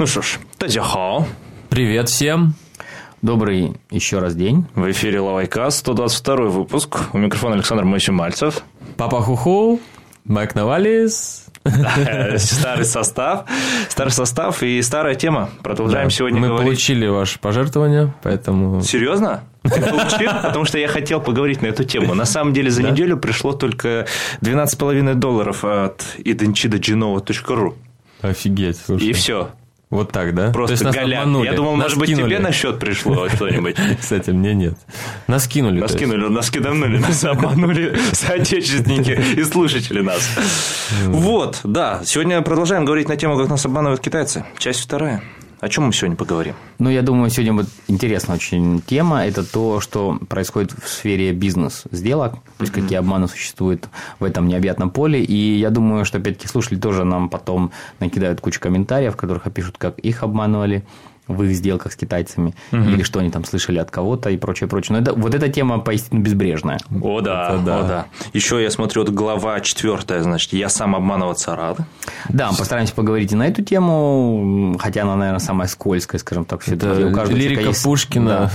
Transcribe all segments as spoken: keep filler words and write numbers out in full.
Ну что ж, тадзяхао. Привет всем. Добрый еще раз день. В эфире Лавайкаст, сто двадцать второй выпуск. У микрофона Александр Мальцев. Папа Хуху, Майк Навалис. Да, старый состав. Старый состав и старая тема. Продолжаем да, сегодня мы говорить. Мы получили ваше пожертвование, поэтому... Серьезно? Ты получил? Потому что я хотел поговорить на эту тему. На самом деле за да? неделю пришло только двенадцать с половиной долларов от иденчидо джинова точка ру. Офигеть, слушай. И все. Вот так, да? Просто голяк. Я думал, нас может быть, кинули. Тебе на счет пришло что-нибудь. Кстати, мне нет. Нас кинули. Нас кинули, нас киданули, нас обманули соотечественники и слушатели нас. Вот, да. Сегодня продолжаем говорить на тему, как нас обманывают китайцы. Часть вторая. О чем мы сегодня поговорим? Ну, я думаю, сегодня вот интересная очень тема. Это то, что происходит в сфере бизнес-сделок, то есть mm-hmm. какие обманы существуют в этом необъятном поле. И я думаю, что, опять-таки, слушатели тоже нам потом накидают кучу комментариев, в которых опишут, как их обманывали в их сделках с китайцами, mm-hmm. или что они там слышали от кого-то и прочее, прочее. Но это, вот эта тема поистине безбрежная. О, да, это, да. О, да. Еще я смотрю, вот глава четвертая, значит, я сам обманываться рад. Да, постараемся поговорить и на эту тему, хотя она, наверное, самая скользкая, скажем так. Это лирика есть... Пушкина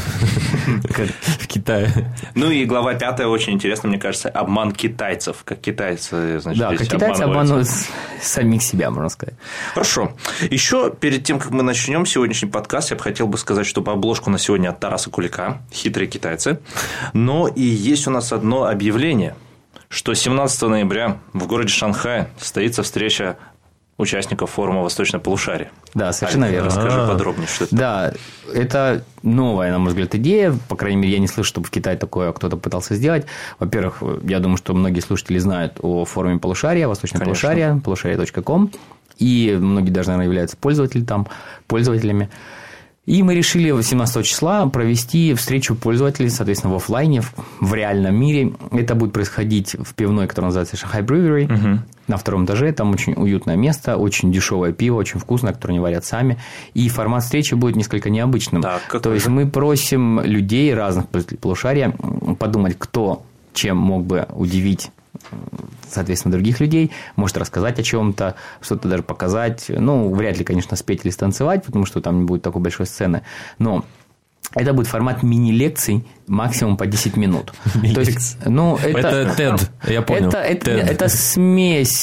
в Китае. Ну и глава пятая очень интересна, мне кажется, обман китайцев, как китайцы, значит, да, как китайцы обманывают самих себя, можно сказать. Хорошо. Еще перед тем, как мы начнем сегодняшний подкаст, подкаст, я бы хотел бы сказать, что по обложку на сегодня от Тараса Кулика, хитрые китайцы. Но и есть у нас одно объявление, что семнадцатого ноября в городе Шанхай состоится встреча участников форума «Восточное полушарие». Да, совершенно Алька, верно. Расскажи подробнее, что это. Да, это новая, на мой взгляд, идея. По крайней мере, я не слышу, чтобы в Китае такое кто-то пытался сделать. Во-первых, я думаю, что многие слушатели знают о форуме полушария, «Восточное Конечно. полушарие», полушарие точка ком. И многие даже, наверное, являются пользователями там, пользователями. И мы решили восемнадцатого числа провести встречу пользователей, соответственно, в офлайне, в реальном мире. Это будет происходить в пивной, которая называется Shanghai Brewery, угу. на втором этаже. Там очень уютное место, очень дешевое пиво, очень вкусное, которое они варят сами. И формат встречи будет несколько необычным. Так, То есть мы просим людей разных полушария подумать, кто чем мог бы удивить, соответственно, других людей, может рассказать о чем-то, что-то даже показать. Ну, вряд ли, конечно, спеть или станцевать, потому что там не будет такой большой сцены. Но это будет формат мини-лекций, максимум по десять минут. То есть, ну, это, это тед, я понял. Это, это, это смесь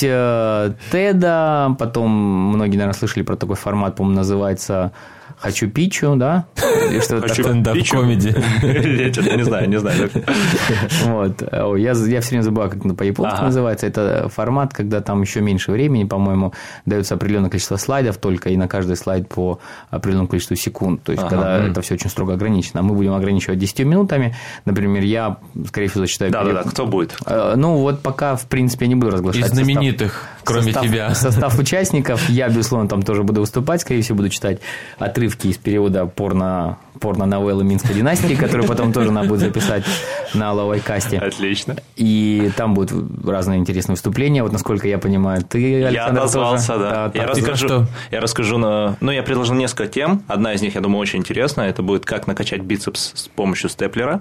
теда, потом многие, наверное, слышали про такой формат, по-моему, называется... «Хочу пичу», да? Или что-то такое. Стендап-комеди. Я что-то не знаю, не знаю. Вот. Я, я все время забываю, как это по-японски ага. называется. Это формат, когда там еще меньше времени, по-моему, дается определенное количество слайдов только, и на каждый слайд по определенному количеству секунд. То есть, ага. когда это все очень строго ограничено. Мы будем ограничивать десятью минутами. Например, я, скорее всего, зачитаю... Да-да-да, кто будет? Ну, вот пока, в принципе, я не буду разглашать из знаменитых, состав, кроме состав, тебя. Состав участников. Я, безусловно, там тоже буду выступать. Скорее всего, буду читать отрывки из перевода порно, порно-новеллы Минской династии, которую потом тоже надо будет записать на Лавайкасте. Отлично. И там будут разные интересные выступления. Вот, насколько я понимаю, ты, Александр, я отозвался, тоже... да. да я, расскажу, я расскажу на... Ну, я предложил несколько тем. Одна из них, я думаю, очень интересная. Это будет «Как накачать бицепс с помощью степлера»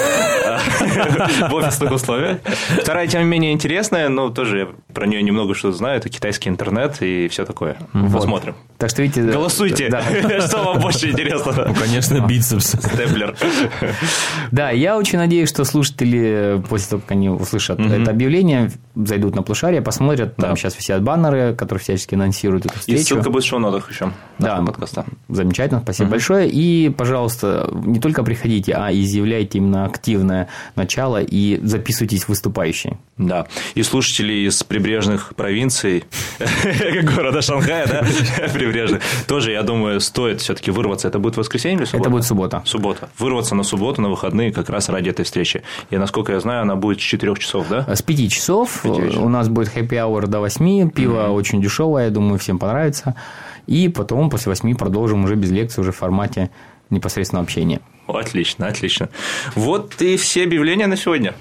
в офисных условиях. Вторая тема менее интересная, но тоже я про нее немного что знаю. Это китайский интернет и все такое. Посмотрим. Так что, видите... Голосуйте. Что вам больше интересно? Ну, конечно, бицепс. Степлер. Да, я очень надеюсь, что слушатели, после того, как они услышат mm-hmm. это объявление, зайдут на полушарие, посмотрят. Да. Там сейчас висят баннеры, которые всячески анонсируют эту встречу. И ссылка будет в шоу-нотах еще. Да, подкаста. Замечательно, спасибо mm-hmm. большое. И, пожалуйста, не только приходите, а изъявляйте именно активное начало и записывайтесь в выступающие. Да. И слушатели из прибрежных провинций города Шанхая, да, прибрежных, тоже, я думаю, стоит все-таки вырваться. Это будет воскресенье или суббота? Это будет суббота. Суббота. Вырваться на субботу, на выходные как раз ради этой встречи. И, насколько я знаю, она будет с четырёх часов, да? С пяти часов. У нас будет хэппи-аур до восьми. Пиво mm-hmm. очень дешевое, я думаю, всем понравится. И потом после восьми продолжим уже без лекции, уже в формате непосредственного общения. Отлично, отлично. Вот и все объявления на сегодня.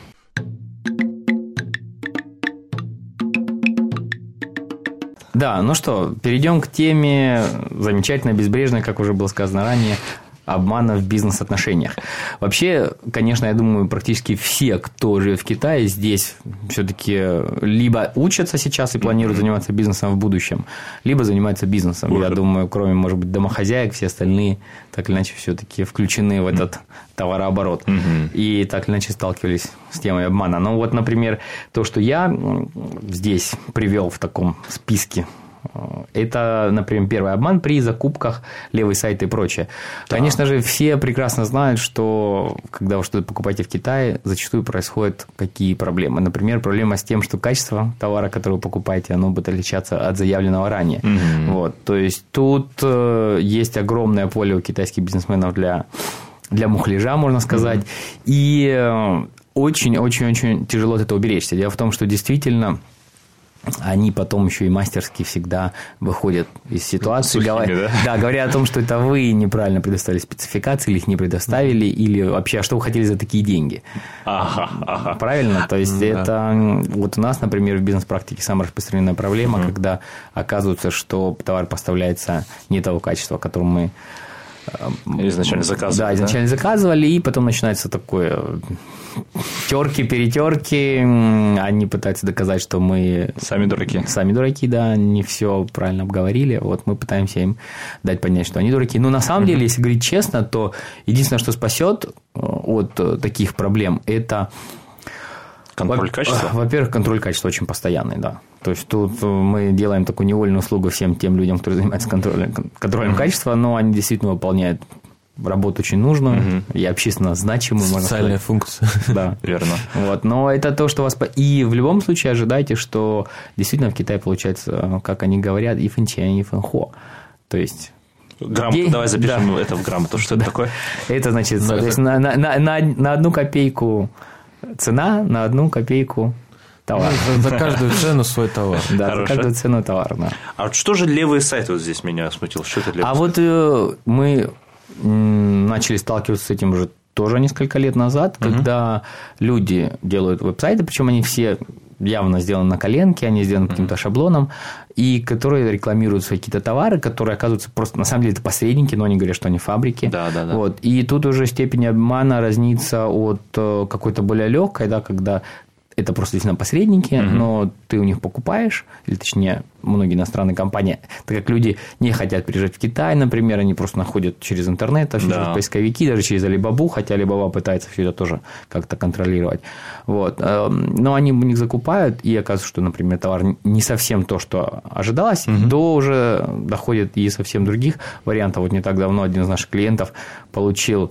Да, ну что, перейдем к теме замечательной, безбрежной, как уже было сказано ранее, обмана в бизнес-отношениях. Вообще, конечно, я думаю, практически все, кто живет в Китае, здесь все-таки либо учатся сейчас и планируют заниматься бизнесом в будущем, либо занимаются бизнесом. Боже. Я думаю, кроме, может быть, домохозяек, все остальные так или иначе все-таки включены в этот товарооборот. Mm-hmm. И так или иначе сталкивались с темой обмана. Ну, вот, например, то, что я здесь привел в таком списке, это, например, первый обман при закупках, левый сайт и прочее. Да. Конечно же, все прекрасно знают, что когда вы что-то покупаете в Китае, зачастую происходят какие проблемы. Например, проблема с тем, что качество товара, который вы покупаете, оно будет отличаться от заявленного ранее. Угу. Вот. То есть, тут есть огромное поле у китайских бизнесменов для, для мухляжа, можно сказать. Угу. И очень-очень-очень тяжело от этого уберечься. Дело в том, что действительно... Они потом еще и мастерски всегда выходят из ситуации, Сухими, говоря, да? Да, говоря о том, что это вы неправильно предоставили спецификации, или их не предоставили, или вообще, а что вы хотели за такие деньги? Ага, ага. Правильно? То есть, да. Это вот у нас, например, в бизнес-практике самая распространенная проблема, угу. когда оказывается, что товар поставляется не того качества, которое мы изначально заказывали. Да, изначально да? заказывали, и потом начинается такое терки, перетерки. Они пытаются доказать, что мы сами дураки. Сами дураки, да, не все правильно обговорили. Вот мы пытаемся им дать понять, что они дураки. Но на самом деле, если говорить честно, то единственное, что спасет от таких проблем, это контроль качества? Во-первых, контроль качества очень постоянный, да. То есть, тут мы делаем такую невольную услугу всем тем людям, которые занимаются контролем, контролем mm-hmm. качества, но они действительно выполняют работу очень нужную mm-hmm. и общественно значимую, можно сказать. Социальная функция. Да, верно. Вот. Но это то, что вас... И в любом случае ожидайте, что действительно в Китае получается, как они говорят, if in China, if in Ho. То есть... Грамоту, День... давай запишем да. это в грамоту. Что да. это такое? Это значит, соответственно, на, на, на, на одну копейку цена, на одну копейку товар. Ну, за, за каждую цену свой товар. Да, Хорошо. За каждую цену товар, да. А вот что же левый сайт вот здесь меня смутил? Что это левый А сайт? вот э, мы начали сталкиваться с этим уже тоже несколько лет назад, угу. когда люди делают веб-сайты, причем они все явно сделаны на коленке, они сделаны mm-hmm. каким-то шаблоном, и которые рекламируют свои какие-то товары, которые оказываются просто, на самом деле, это посредники, но они говорят, что они фабрики. Да, да, да. Вот. И тут уже степень обмана разнится от какой-то более легкой, да, когда это просто действительно посредники, mm-hmm. но ты у них покупаешь, или точнее, многие иностранные компании, так как люди не хотят приезжать в Китай, например, они просто находят через интернет, через да. поисковики, даже через Alibaba, хотя Alibaba пытается все это тоже как-то контролировать. Вот. Но они у них закупают, и оказывается, что, например, товар не совсем то, что ожидалось, mm-hmm. до уже доходит и совсем других вариантов. Вот не так давно один из наших клиентов получил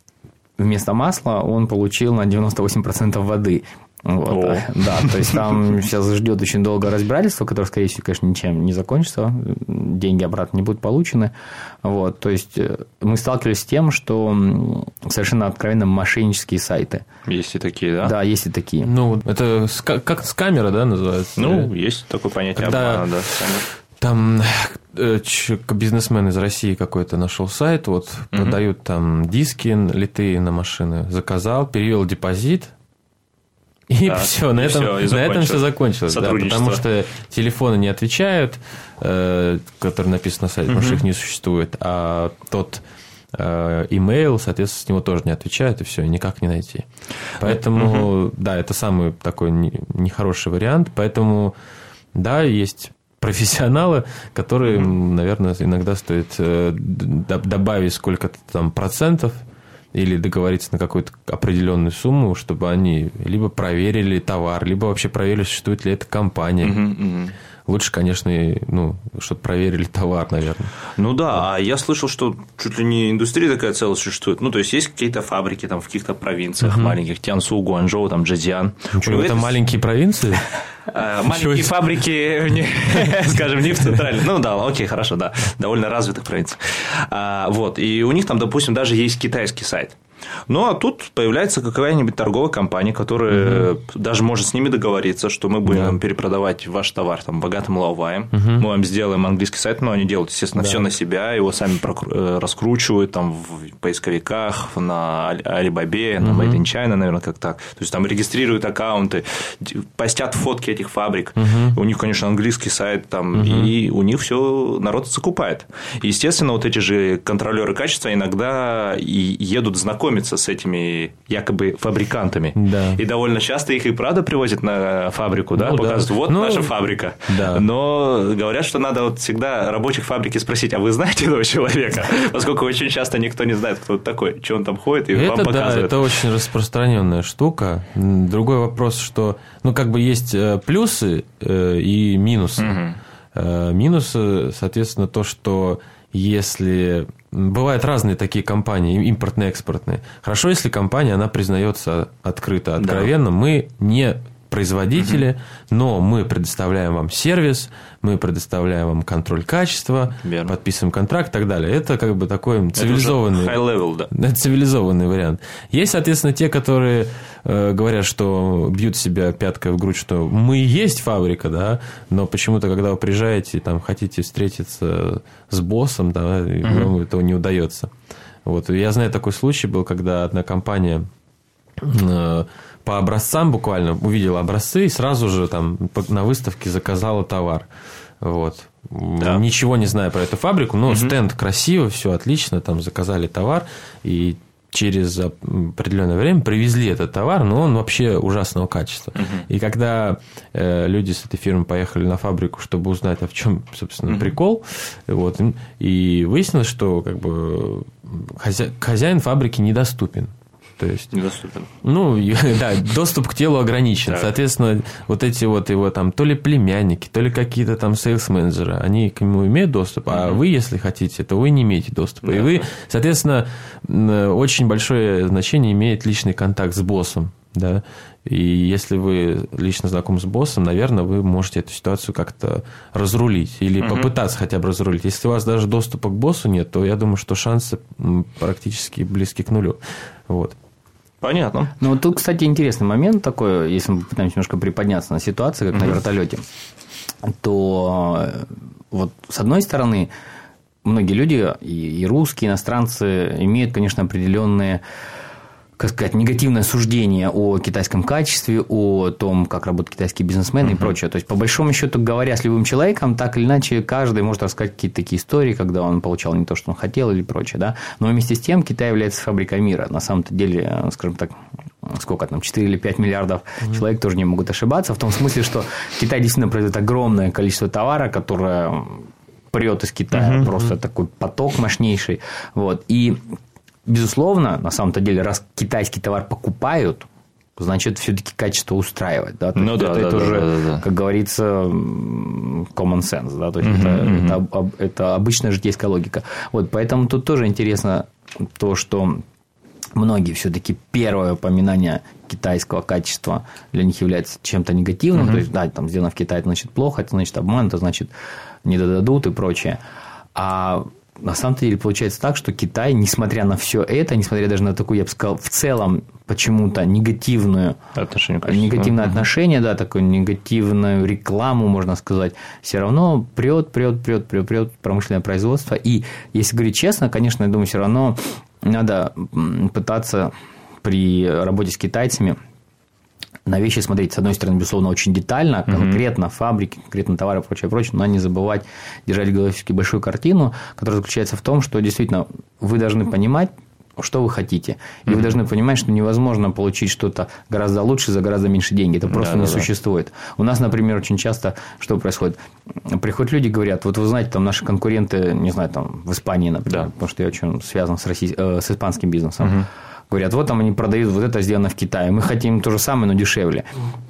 вместо масла, он получил на девяносто восемь процентов воды. Вот, да, то есть там сейчас ждет очень долгое разбирательство, которое, скорее всего, конечно, ничем не закончится, деньги обратно не будут получены. Вот, то есть мы сталкивались с тем, что совершенно откровенно мошеннические сайты. Есть и такие, да? Да, есть и такие. Ну, это как скамера, да, называется? Ну, есть такое понятие Когда... обмана, да. Там бизнесмен из России какой-то нашел сайт, вот угу. продают там диски литые на машины, заказал, перевел депозит. И да, все, на, и этом, все, и на этом все закончилось. Да, потому что телефоны не отвечают, э, которые написаны на сайте, угу. потому что их не существует, а тот э, имейл, соответственно, с него тоже не отвечают, и все, и никак не найти. Поэтому, угу. да, это самый такой нехороший вариант. Поэтому, да, есть профессионалы, которые, угу. наверное, иногда стоит э, добавить сколько-то там процентов, или договориться на какую-то определенную сумму, чтобы они либо проверили товар, либо вообще проверили, существует ли эта компания. Uh-huh, uh-huh. Лучше, конечно, ну, чтобы проверили товар, наверное. Ну да, а я слышал, что чуть ли не индустрия такая целая существует. Ну, то есть, есть какие-то фабрики там в каких-то провинциях uh-huh. маленьких, Тянсу, Гуанчжоу, там, Джэцзян. Ничего, это маленькие провинции? Маленькие фабрики, скажем, не в центральной. Ну да, окей, хорошо, да, довольно развитых провинциях. Вот, и у них там, допустим, даже есть китайский сайт. Ну, а тут появляется какая-нибудь торговая компания, которая угу. даже может с ними договориться, что мы будем да. перепродавать ваш товар там, богатым лаоваем, угу. мы вам сделаем английский сайт, но они делают, естественно, да. все на себя, его сами раскручивают там, в поисковиках, на Alibaba, на Made in China, наверное, как так. То есть, там регистрируют аккаунты, постят фотки этих фабрик. Угу. У них, конечно, английский сайт, там, угу. и у них все народ закупает. И, естественно, вот эти же контролеры качества иногда и едут знакомиться с этими якобы фабрикантами. Да. И довольно часто их и правда привозят на фабрику, да, ну, показывают, да. вот ну, наша фабрика. Да. Но говорят, что надо вот всегда рабочих фабрики спросить, а вы знаете этого человека? Поскольку очень часто никто не знает, кто это такой, что он там ходит и это, вам показывает. Да, это очень распространенная штука. Другой вопрос, что, ну, как бы есть плюсы и минусы. Угу. Минусы, соответственно, то, что если... Бывают разные такие компании, импортно-экспортные. Хорошо, если компания, она признается открыто, откровенно. Да. Мы не производители, угу. но мы предоставляем вам сервис, мы предоставляем вам контроль качества, Верно. подписываем контракт и так далее. Это как бы такой цивилизованный, high level, да. цивилизованный вариант. Есть, соответственно, те, которые э, говорят, что бьют себя пяткой в грудь, что мы и есть фабрика, да, но почему-то, когда вы приезжаете, там, хотите встретиться с боссом, да, угу. вам этого не удается. Вот. Я знаю, такой случай был, когда одна компания... Э, по образцам буквально увидела образцы и сразу же там на выставке заказала товар. Вот. Да. Ничего не знаю про эту фабрику, но угу. стенд красивый, все отлично, там заказали товар, и через определенное время привезли этот товар, но он вообще ужасного качества. Угу. И когда э, люди с этой фирмы поехали на фабрику, чтобы узнать, а в чем, собственно, угу. прикол, вот, и выяснилось, что как бы хозя... хозяин фабрики недоступен. То есть, недоступен. Ну, да, доступ к телу ограничен. Так. Соответственно, вот эти вот его там то ли племянники, то ли какие-то там сейлс-менеджеры, они к нему имеют доступ, mm-hmm. а вы, если хотите, то вы не имеете доступа. Yeah. И вы, соответственно, очень большое значение имеет личный контакт с боссом. Да? И если вы лично знакомы с боссом, наверное, вы можете эту ситуацию как-то разрулить или mm-hmm. попытаться хотя бы разрулить. Если у вас даже доступа к боссу нет, то я думаю, что шансы практически близки к нулю. Вот. Понятно. Ну, вот тут, кстати, интересный момент такой, если мы попытаемся немножко приподняться на ситуацию, как mm-hmm. на вертолете, то вот с одной стороны, многие люди, и русские, и иностранцы, имеют, конечно, определенные, как сказать, негативное суждение о китайском качестве, о том, как работают китайские бизнесмены uh-huh. и прочее. То есть, по большому счету, говоря с любым человеком, так или иначе, каждый может рассказать какие-то такие истории, когда он получал не то, что он хотел, или прочее. Да? Но вместе с тем Китай является фабрикой мира. На самом-то деле, скажем так, сколько там, четыре или пять миллиардов uh-huh. человек тоже не могут ошибаться, в том смысле, что Китай действительно производит огромное количество товара, которое прет из Китая, uh-huh. просто такой поток мощнейший. Вот. И безусловно, на самом-то деле, раз китайский товар покупают, значит, все-таки качество устраивает. Да? То ну, есть, да, это, да, это да, уже, да, да. как говорится, common sense. Да? То есть, uh-huh, это, uh-huh. это, это обычная житейская логика. Вот, поэтому тут тоже интересно то, что многие все-таки первое упоминание китайского качества для них является чем-то негативным. Uh-huh. То есть, да, там сделано в Китае, это значит плохо, это значит обман, это значит не додадут и прочее. А на самом деле получается так, что Китай, несмотря на все это, несмотря даже на такую, я бы сказал, в целом почему-то негативную отношение, негативное uh-huh. отношение, да, такую негативную рекламу, можно сказать, все равно прет, прет, прет, прет, прет промышленное производство. И если говорить честно, конечно, я думаю, все равно надо пытаться при работе с китайцами на вещи смотреть, с одной стороны, безусловно, очень детально, конкретно mm-hmm. фабрики, конкретно товары и прочее, прочее, но не забывать держать в голове все-таки большую картину, которая заключается в том, что действительно вы должны понимать, что вы хотите. И mm-hmm. вы должны понимать, что невозможно получить что-то гораздо лучше за гораздо меньше денег. Это просто да, не да, существует. У нас, например, очень часто что происходит? Приходят люди, говорят, вот вы знаете, там наши конкуренты, не знаю, там в Испании, например, да. потому что я очень связан с, Россий... э, с испанским бизнесом. Mm-hmm. Говорят, вот там они продают, вот это сделано в Китае. Мы хотим то же самое, но дешевле.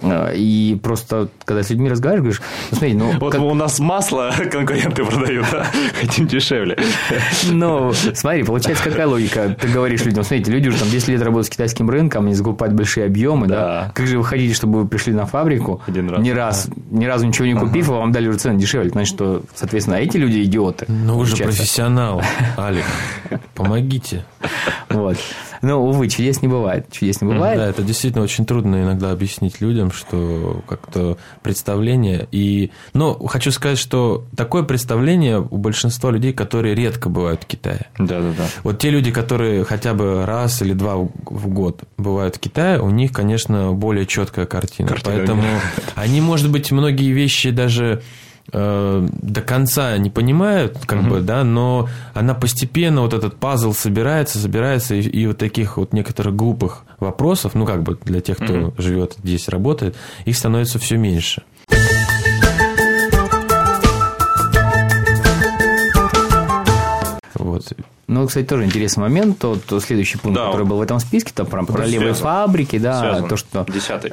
И просто, когда с людьми разговариваешь, говоришь, ну, смотри, ну... Вот как... у нас масло конкуренты продают, а хотим дешевле. Ну, смотри, получается, какая логика? Ты говоришь людям, смотрите, люди уже там десять лет работают с китайским рынком, они закупают большие объемы, да. да? Как же вы хотите, чтобы вы пришли на фабрику, Один раз. Ни, раз, ни разу ничего не купив, ага. а вам дали уже цены дешевле? Значит, что, соответственно, эти люди идиоты. Ну, вы же профессионал, Алик, помогите. Вот. Но, увы, чудес не бывает. Чудес не бывает. Да, это действительно очень трудно иногда объяснить людям, что как-то представление. И, ну, хочу сказать, что такое представление у большинства людей, которые редко бывают в Китае. Да, да, да. Вот те люди, которые хотя бы раз или два в год бывают в Китае, у них, конечно, более четкая картина. Картина. Поэтому они, может быть, многие вещи даже до конца не понимают, как uh-huh. бы, да, но она постепенно, вот этот пазл собирается, собирается, и, и вот таких вот некоторых глупых вопросов, ну, как бы для тех, кто uh-huh. живет здесь, работает, их становится все меньше. Вот. Ну, кстати, тоже интересный момент. Тот, тот следующий пункт, да, который был в этом списке, там про, про левые фабрики, да, связан. то, что, Десятый.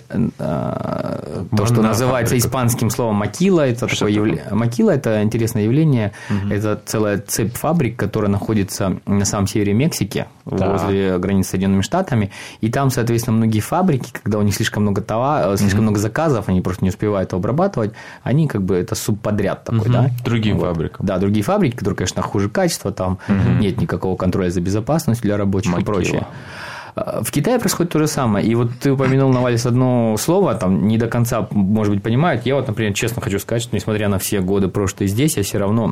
А, то, что называется фабрика. Испанским словом макила, это такое явление. Макила – это интересное явление. Угу. Это целая цепь фабрик, которая находится на самом севере Мексики, да. возле границы с Соединенными Штатами. И там, соответственно, многие фабрики, когда у них слишком много товара, слишком угу. много заказов, они просто не успевают его обрабатывать, они как бы это субподряд такой, угу. да. Другим вот. фабрикам. Да, другие фабрики, которые, конечно, хуже качества, там угу. нет никакого контроля за безопасностью для рабочих Макила. И прочее. В Китае происходит то же самое. И вот ты упомянул, Навалис, одно слово, там не до конца, может быть, понимают. Я вот, например, честно хочу сказать, что несмотря на все годы прошлые здесь, я все равно,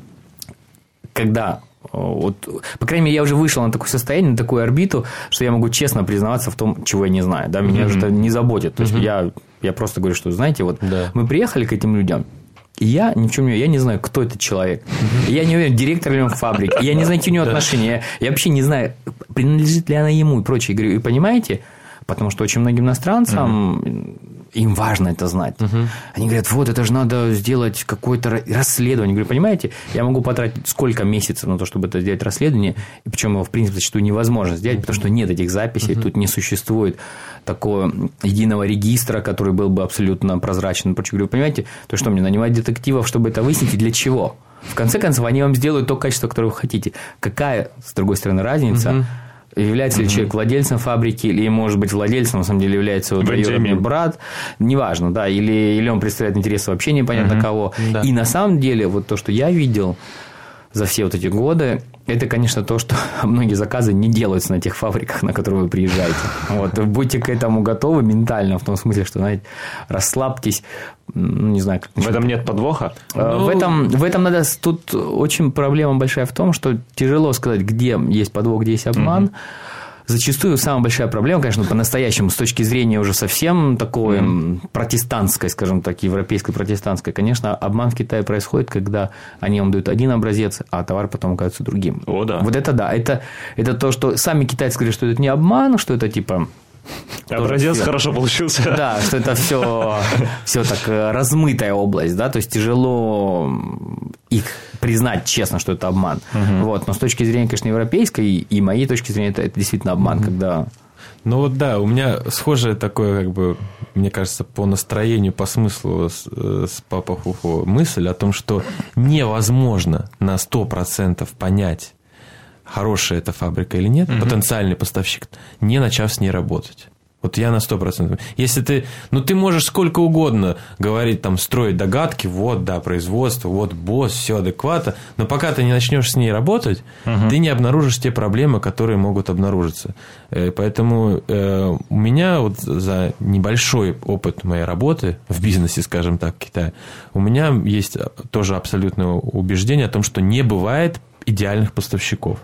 когда... Вот, по крайней мере, я уже вышел на такое состояние, на такую орбиту, что я могу честно признаваться в том, чего я не знаю. Да? Меня mm-hmm. это не заботит. То есть mm-hmm. я, я просто говорю, что, знаете, вот да. мы приехали к этим людям. И я ни в чем не я не знаю, кто этот человек. Mm-hmm. Я не уверен, директор ли он фабрики. Я не знаю, какие у него отношения. Я, я вообще не знаю, принадлежит ли она ему и прочее. Я говорю, и понимаете, потому что очень многим иностранцам mm-hmm. им важно это знать. Mm-hmm. Они говорят, вот, это же надо сделать какое-то расследование. Я говорю, понимаете, я могу потратить сколько месяцев на то, чтобы это сделать расследование, и причем его, в принципе, зачастую невозможно сделать, потому что нет этих записей, mm-hmm. тут не существует такого единого регистра, который был бы абсолютно прозрачен. Я говорю, понимаете, то что мне нанимать детективов, чтобы это выяснить, и для чего? В конце концов, они вам сделают то качество, которое вы хотите. Какая, с другой стороны, разница? Mm-hmm. Является ли mm-hmm. человек владельцем фабрики, или, может быть, владельцем, на самом деле, является его двоюродный брат, неважно, да, или, или он представляет интересы вообще непонятно mm-hmm. кого. Да. И на самом деле, вот то, что я видел за все вот эти годы, это, конечно, то, что многие заказы не делаются на тех фабриках, на которые вы приезжаете. Вот. Будьте к этому готовы ментально, в том смысле, что, знаете, расслабьтесь. Ну, не знаю, как в этом нет подвоха? Ну... В, этом, в этом надо... Тут очень проблема большая в том, что тяжело сказать, где есть подвох, где есть обман. Mm-hmm. Зачастую самая большая проблема, конечно, по-настоящему, с точки зрения уже совсем такой mm-hmm. протестантской, скажем так, европейской протестантской, конечно, обман в Китае происходит, когда они вам дают один образец, а товар потом оказывается другим. О, да. Вот это да. Это, это то, что сами китайцы говорят, что это не обман, что это типа... Образец все... хорошо получился. Да, что это все, все так размытая область, да, то есть тяжело их признать честно, что это обман. Угу. Вот. Но с точки зрения, конечно, европейской и моей точки зрения, это, это действительно обман, угу. когда... Ну вот да, у меня схожее такое, как бы, мне кажется, по настроению, по смыслу с, с Папа Хуфу мысль о том, что невозможно на сто процентов понять, хорошая эта фабрика или нет, угу. потенциальный поставщик, не начав с ней работать. Вот я на сто процентов. Если ты... Ну, ты можешь сколько угодно говорить, там, строить догадки, вот, да, производство, вот, босс, все адекватно, но пока ты не начнешь с ней работать, угу. ты не обнаружишь те проблемы, которые могут обнаружиться. Поэтому э, у меня вот за небольшой опыт моей работы в бизнесе, скажем так, в Китае, у меня есть тоже абсолютное убеждение о том, что не бывает идеальных поставщиков.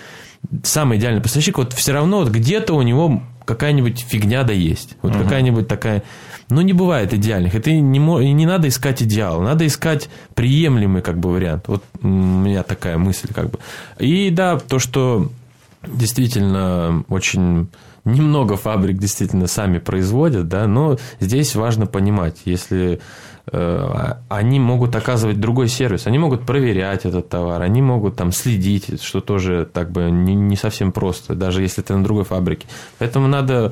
Самый идеальный поставщик, вот все равно вот где-то у него какая-нибудь фигня да есть. Вот uh-huh. какая-нибудь такая... Ну, не бывает идеальных. И ты не, не надо искать идеал. Надо искать приемлемый как бы вариант. Вот у меня такая мысль как бы. И да, то, что действительно очень... Немного фабрик действительно сами производят, да, но здесь важно понимать, если э, они могут оказывать другой сервис, они могут проверять этот товар, они могут там следить, что тоже так бы не, не совсем просто, даже если ты на другой фабрике. Поэтому надо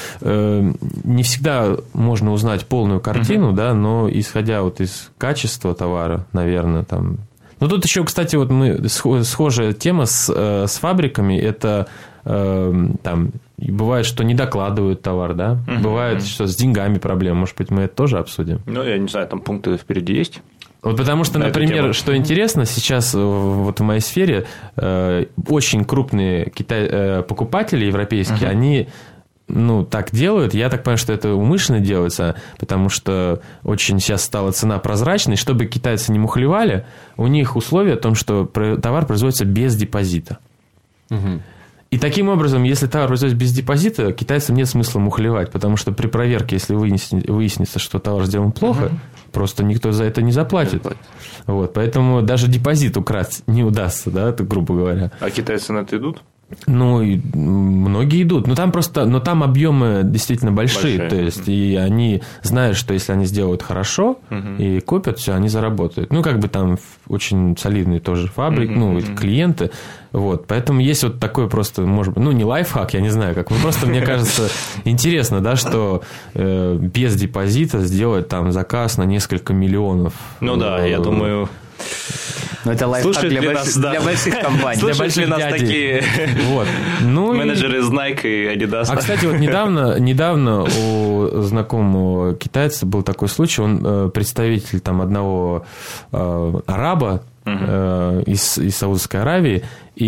э, не всегда можно узнать полную картину, uh-huh. да, но исходя вот из качества товара, наверное, там. Ну тут еще, кстати, вот мы схожая тема с, с фабриками, это э, там И бывает, что не докладывают товар, да? Uh-huh. Бывает, что с деньгами проблемы. Может быть, мы это тоже обсудим? Ну, я не знаю, там пункты впереди есть. Вот потому что, например, что интересно, сейчас вот в моей сфере э, очень крупные китай, э, покупатели европейские, uh-huh. они... Ну, так делают. Я так понимаю, что это умышленно делается, потому что очень сейчас стала цена прозрачной. Чтобы китайцы не мухлевали, у них условие о том, что товар производится без депозита. Угу. И таким образом, если товар производится без депозита, китайцам нет смысла мухлевать, потому что при проверке, если выяснится, что товар сделан плохо, угу. просто никто за это не заплатит. Вот, поэтому даже депозит украсть не удастся, да, это, грубо говоря. А китайцы на это идут? Ну, и многие идут. Но там просто, но там объемы действительно большие. большие. То есть, и они знают, что если они сделают хорошо uh-huh. и купят, все, они заработают. Ну, как бы там очень солидные тоже фабрики, uh-huh. ну, uh-huh. клиенты. Вот. Поэтому есть вот такой просто, может быть, ну, не лайфхак, я не знаю, как. Ну, просто мне кажется интересно, да, что э, без депозита сделать там заказ на несколько миллионов. Ну, да, я думаю... Но это лайфхак для, больш... нас, да. для больших компаний. Слушают для больших ли нас дядей. Такие вот. ну менеджеры из Nike и Adidas? А, кстати, вот недавно, недавно у знакомого китайца был такой случай. Он представитель там одного э, араба э, из, из Саудовской Аравии.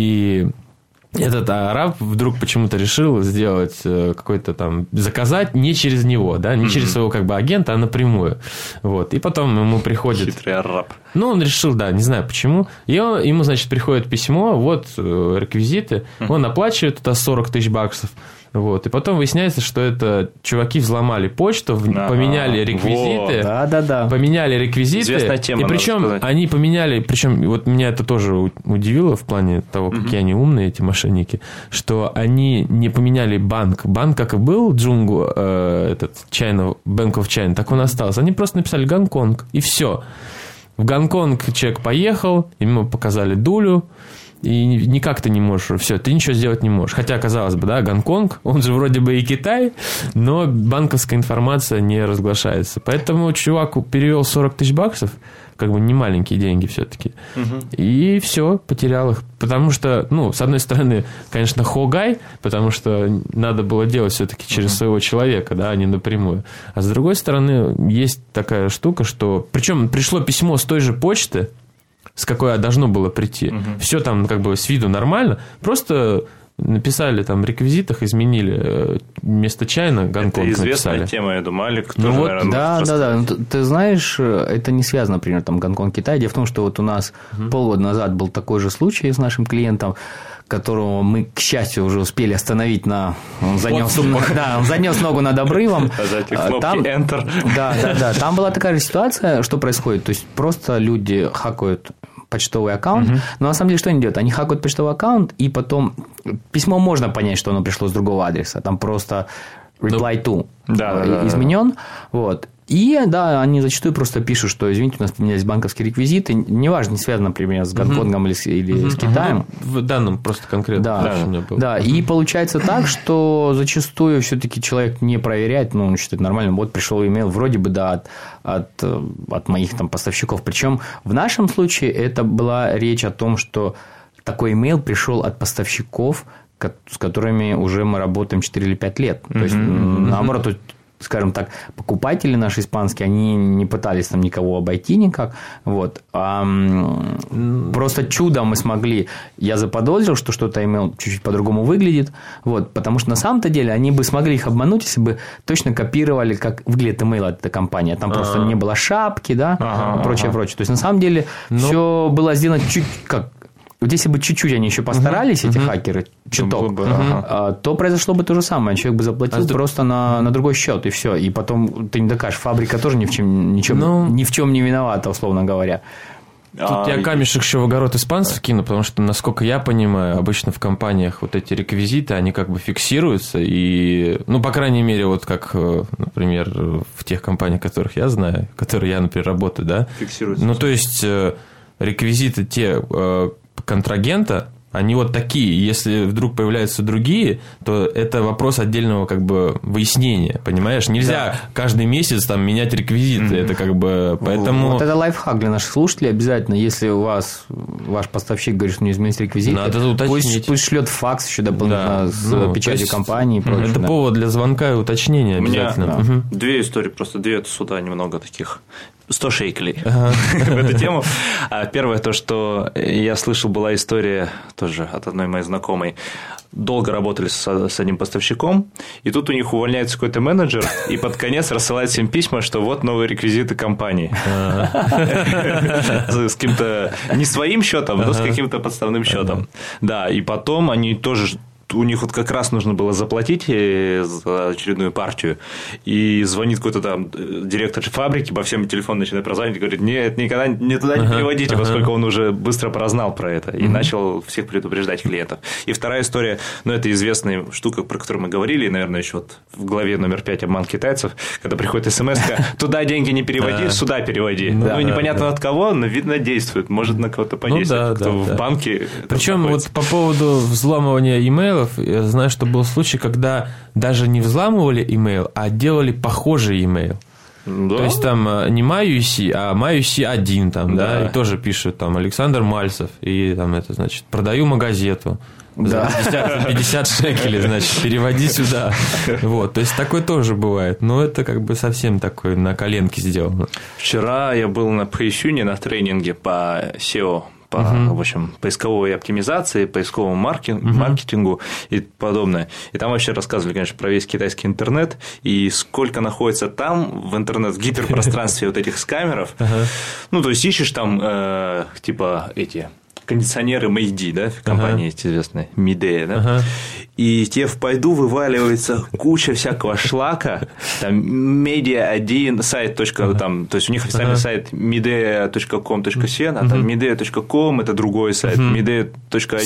И этот араб вдруг почему-то решил сделать какой-то там, заказать не через него, да, не mm-hmm. через своего как бы агента, а напрямую. Вот. И потом ему приходит... Хитрый араб. Ну, он решил, да, не знаю почему. И он, ему, значит, приходит письмо, вот реквизиты, mm-hmm. он оплачивает туда сорок тысяч баксов. Вот. И потом выясняется, что это чуваки взломали почту, ага, поменяли реквизиты. Да, да, да. Поменяли реквизиты. Известная тема, и причем они поменяли, причем вот меня это тоже удивило в плане того, какие mm-hmm. они умные, эти мошенники, что они не поменяли банк. Банк, как и был, Джунгу, э, этот China, Bank of China, так он остался. Они просто написали Гонконг, и все. В Гонконг человек поехал, ему показали дулю. И никак ты не можешь, все, ты ничего сделать не можешь. Хотя, казалось бы, да, Гонконг, он же вроде бы и Китай, но банковская информация не разглашается. Поэтому чувак перевел сорок тысяч баксов, как бы не маленькие деньги все-таки. Угу. И все, потерял их. Потому что, ну, с одной стороны, конечно, хогай, потому что надо было делать все-таки через угу. своего человека, да, а не напрямую. А с другой стороны, есть такая штука, что... Причем пришло письмо с той же почты, с какой должно было прийти. Угу. Все там как бы с виду нормально. Просто написали там в реквизитах, изменили вместо Чайна Гонконг. Это известная написали. Тема, я думаю, Алик ну тоже, вот, наверное, да, да, да. Ты, ты знаешь, это не связано, например, там Гонконг-Китай. Дело в том, что вот у нас угу. полгода назад был такой же случай с нашим клиентом, которого мы, к счастью, уже успели остановить на... Он занес, да, он занес ногу над обрывом. Там, Enter. Да, да, да. Там была такая же ситуация, что происходит. То есть, просто люди хакают почтовый аккаунт, uh-huh. но на самом деле что они делают? Они хакают почтовый аккаунт, и потом письмо можно понять, что оно пришло с другого адреса. Там просто reply to да, да, изменен. Да. Вот. И, да, они зачастую просто пишут, что, извините, у нас поменялись банковские реквизиты. Неважно, не связано, например, с Гонконгом uh-huh. или, или uh-huh. с Китаем. В данном просто конкретно. Да, да, да. Uh-huh. И получается так, что зачастую все-таки человек не проверяет, ну, он считает нормально. Вот пришел имейл, вроде бы, да, от, от, от моих там поставщиков. Причем в нашем случае это была речь о том, что такой имейл пришел от поставщиков, с которыми уже мы работаем четыре или пять лет. То есть, uh-huh. наоборот, скажем так, покупатели наши испанские, они не пытались там никого обойти никак. Вот. А, просто чудом мы смогли. Я заподозрил, что что-то имейл чуть-чуть по-другому выглядит. Вот. Потому что на самом-то деле они бы смогли их обмануть, если бы точно копировали, как выглядит имейл от этой компании. Там А-а-а. просто не было шапки, да, ага, прочее, ага. прочее. То есть, на самом деле, Но... все было сделано чуть как. Вот если бы чуть-чуть они еще постарались, uh-huh. эти uh-huh. хакеры, чуток, бы, uh-huh. то произошло бы то же самое. Человек бы заплатил а просто на, на другой счет, и все. И потом ты не докажешь, фабрика тоже ни в чем, ничем, Но... ни в чем не виновата, условно говоря. Тут а, я камешек еще в огород испанцев кину, потому что, насколько я понимаю, обычно в компаниях вот эти реквизиты, они как бы фиксируются, и, ну, по крайней мере, вот как, например, в тех компаниях, которых я знаю, в которых я, например, работаю, да, фиксируются. Ну, то есть, реквизиты те... контрагента, они вот такие. Если вдруг появляются другие, то это вопрос отдельного как бы выяснения, понимаешь? Нельзя да. каждый месяц там менять реквизиты, mm-hmm. это как бы поэтому... Вот это лайфхак для наших слушателей обязательно. Если у вас ваш поставщик говорит, что не изменить реквизиты, пусть, пусть шлет факс еще дополнительно да. с ну, печатью есть... компании и прочее. Это да. повод для звонка и уточнения обязательно. У меня да. угу. две истории, просто две суда немного таких. сто шейкелей ага. в эту тему. Первое, то, что я слышал, была история тоже от одной моей знакомой. Долго работали с, с одним поставщиком, и тут у них увольняется какой-то менеджер, и под конец рассылает всем письма, что вот новые реквизиты компании. С каким-то не своим счетом, но с каким-то подставным счетом. Да, и потом они тоже... У них вот как раз нужно было заплатить за очередную партию, и звонит какой-то там директор фабрики, по всем телефону начинает прозванивать, и говорит, нет, никогда не туда не переводите, ага, поскольку ага. он уже быстро прознал про это, и угу. начал всех предупреждать клиентов. И вторая история, ну, это известная штука, про которую мы говорили, наверное, еще вот в главе номер пять «Обман китайцев», когда приходит смс-ка, туда деньги не переводи, сюда переводи. Ну, непонятно от кого, но, видно, действует, может на кого-то подействовать, кто в банке. Причем вот по поводу взламывания имейлов, я знаю, что был случай, когда даже не взламывали имейл, а делали похожий имейл. Да? То есть там не MyUC, а MyUC один там, да. Да, и тоже пишут там Александр Мальцев, и там это значит продаю магазету. Да. За пятьдесят шекелей, значит, переводи сюда. Вот, то есть такое тоже бывает. Но это как бы совсем такое на коленке сделано. Вчера я был на Пэйсюне на тренинге по сео. По, uh-huh. в общем, поисковой оптимизации, поисковому маркетингу, uh-huh. маркетингу и подобное. И там вообще рассказывали, конечно, про весь китайский интернет и сколько находится там в интернет, в гиперпространстве вот этих скамеров. Uh-huh. Ну, то есть ищешь там э, типа эти кондиционеры Мэйди, да, компания uh-huh. известная, Midea, да, uh-huh. и тебе в пайду вываливается куча всякого шлака, там, медиа один, сайт, uh-huh. там, то есть у них официальный uh-huh. сайт midea точка ком точка сен, а uh-huh. там midea точка ком это другой сайт, uh-huh. midea точка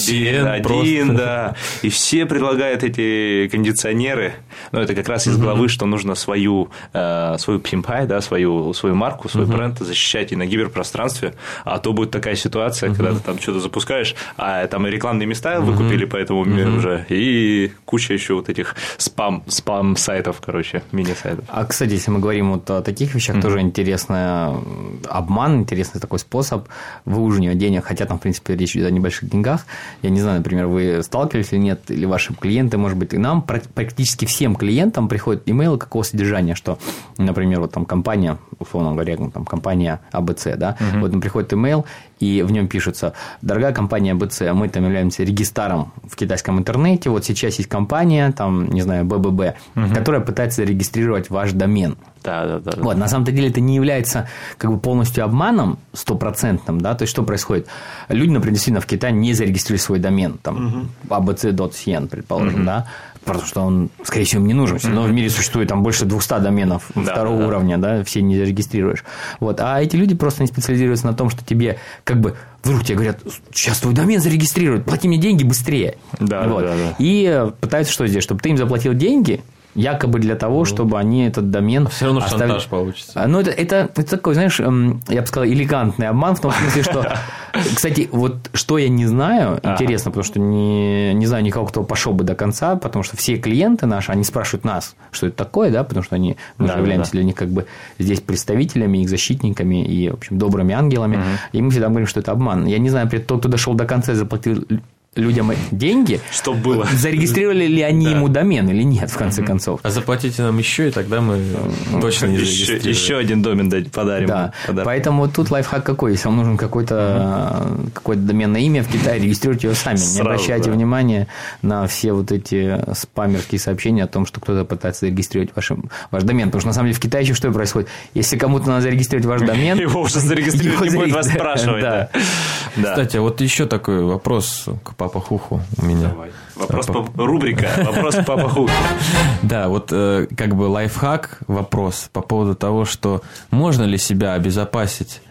один, да, и все предлагают эти кондиционеры, ну, это как раз из главы, uh-huh. что нужно свою, э, свою пимпай, да, свою, свою марку, свой uh-huh. бренд защищать и на гиперпространстве, а то будет такая ситуация, uh-huh. когда ты там что-то запускаешь, а там и рекламные места uh-huh. выкупили по этому uh-huh. уже, и куча еще вот этих спам, спам-сайтов, короче, мини-сайтов. А, кстати, если мы говорим вот о таких вещах, uh-huh. тоже интересный обман, интересный такой способ выуживания денег, хотя там, в принципе, речь идет о небольших деньгах. Я не знаю, например, вы сталкивались или нет, или ваши клиенты, может быть, и нам, практически всем клиентам приходят имейлы какого содержания, что, например, вот там компания, условно говоря, там компания а бэ цэ, да, uh-huh. вот нам приходит имейл, и в нем пишется: дорогая компания а бэ цэ, мы там являемся регистраром в китайском интернете, вот сейчас есть компания, там, не знаю, бэ бэ бэ, угу. которая пытается зарегистрировать ваш домен. Да, да, да. Вот, на самом-то деле это не является как бы полностью обманом стопроцентным, да, то есть что происходит? Люди, например, действительно в Китае не зарегистрировали свой домен, там, угу. а бэ цэ точка сен, предположим, угу. да, потому что он, скорее всего, им не нужен. Все равно в мире существует там больше двухсот доменов да, второго да. уровня, да, все не зарегистрируешь. Вот. А эти люди просто не специализируются на том, что тебе как бы вдруг тебе говорят: сейчас твой домен зарегистрируют, плати мне деньги быстрее. Да, вот. да, да. И пытаются что сделать? Чтобы ты им заплатил деньги, якобы для того, чтобы они этот домен... Все равно оставили... шантаж получится. Ну, это, это, это такой, знаешь, я бы сказал, элегантный обман, в том смысле, что... Кстати, вот что я не знаю, интересно, потому что не, не знаю никого, кто пошел бы до конца, потому что все клиенты наши, они спрашивают нас, что это такое, да, потому что они, мы да, являемся да. для них как бы здесь представителями, их защитниками и, в общем, добрыми ангелами, угу. и мы всегда говорим, что это обман. Я не знаю, тот, кто дошел до конца и заплатил людям деньги, что было? Зарегистрировали ли они да. ему домен или нет, в конце mm-hmm. концов. А заплатите нам еще, и тогда мы точно не зарегистрируем. Еще, еще один домен подарим. Да. Поэтому тут лайфхак какой? Если вам нужен какой-то, mm-hmm. какое-то доменное имя в Китае, регистрируйте его сами. Сразу, не обращайте да. внимания на все вот эти спамерские сообщения о том, что кто-то пытается зарегистрировать ваш, ваш домен. Потому что на самом деле в Китае еще что происходит? Если кому-то надо зарегистрировать ваш домен... Его уже зарегистрировать, не будет вас спрашивать. Кстати, вот еще такой вопрос к Папа Хуху у меня. Давай. Вопрос по... Рубрика «Вопрос к Папа Хуху». Да, вот как бы лайфхак, вопрос по поводу того, что можно ли себя обезопасить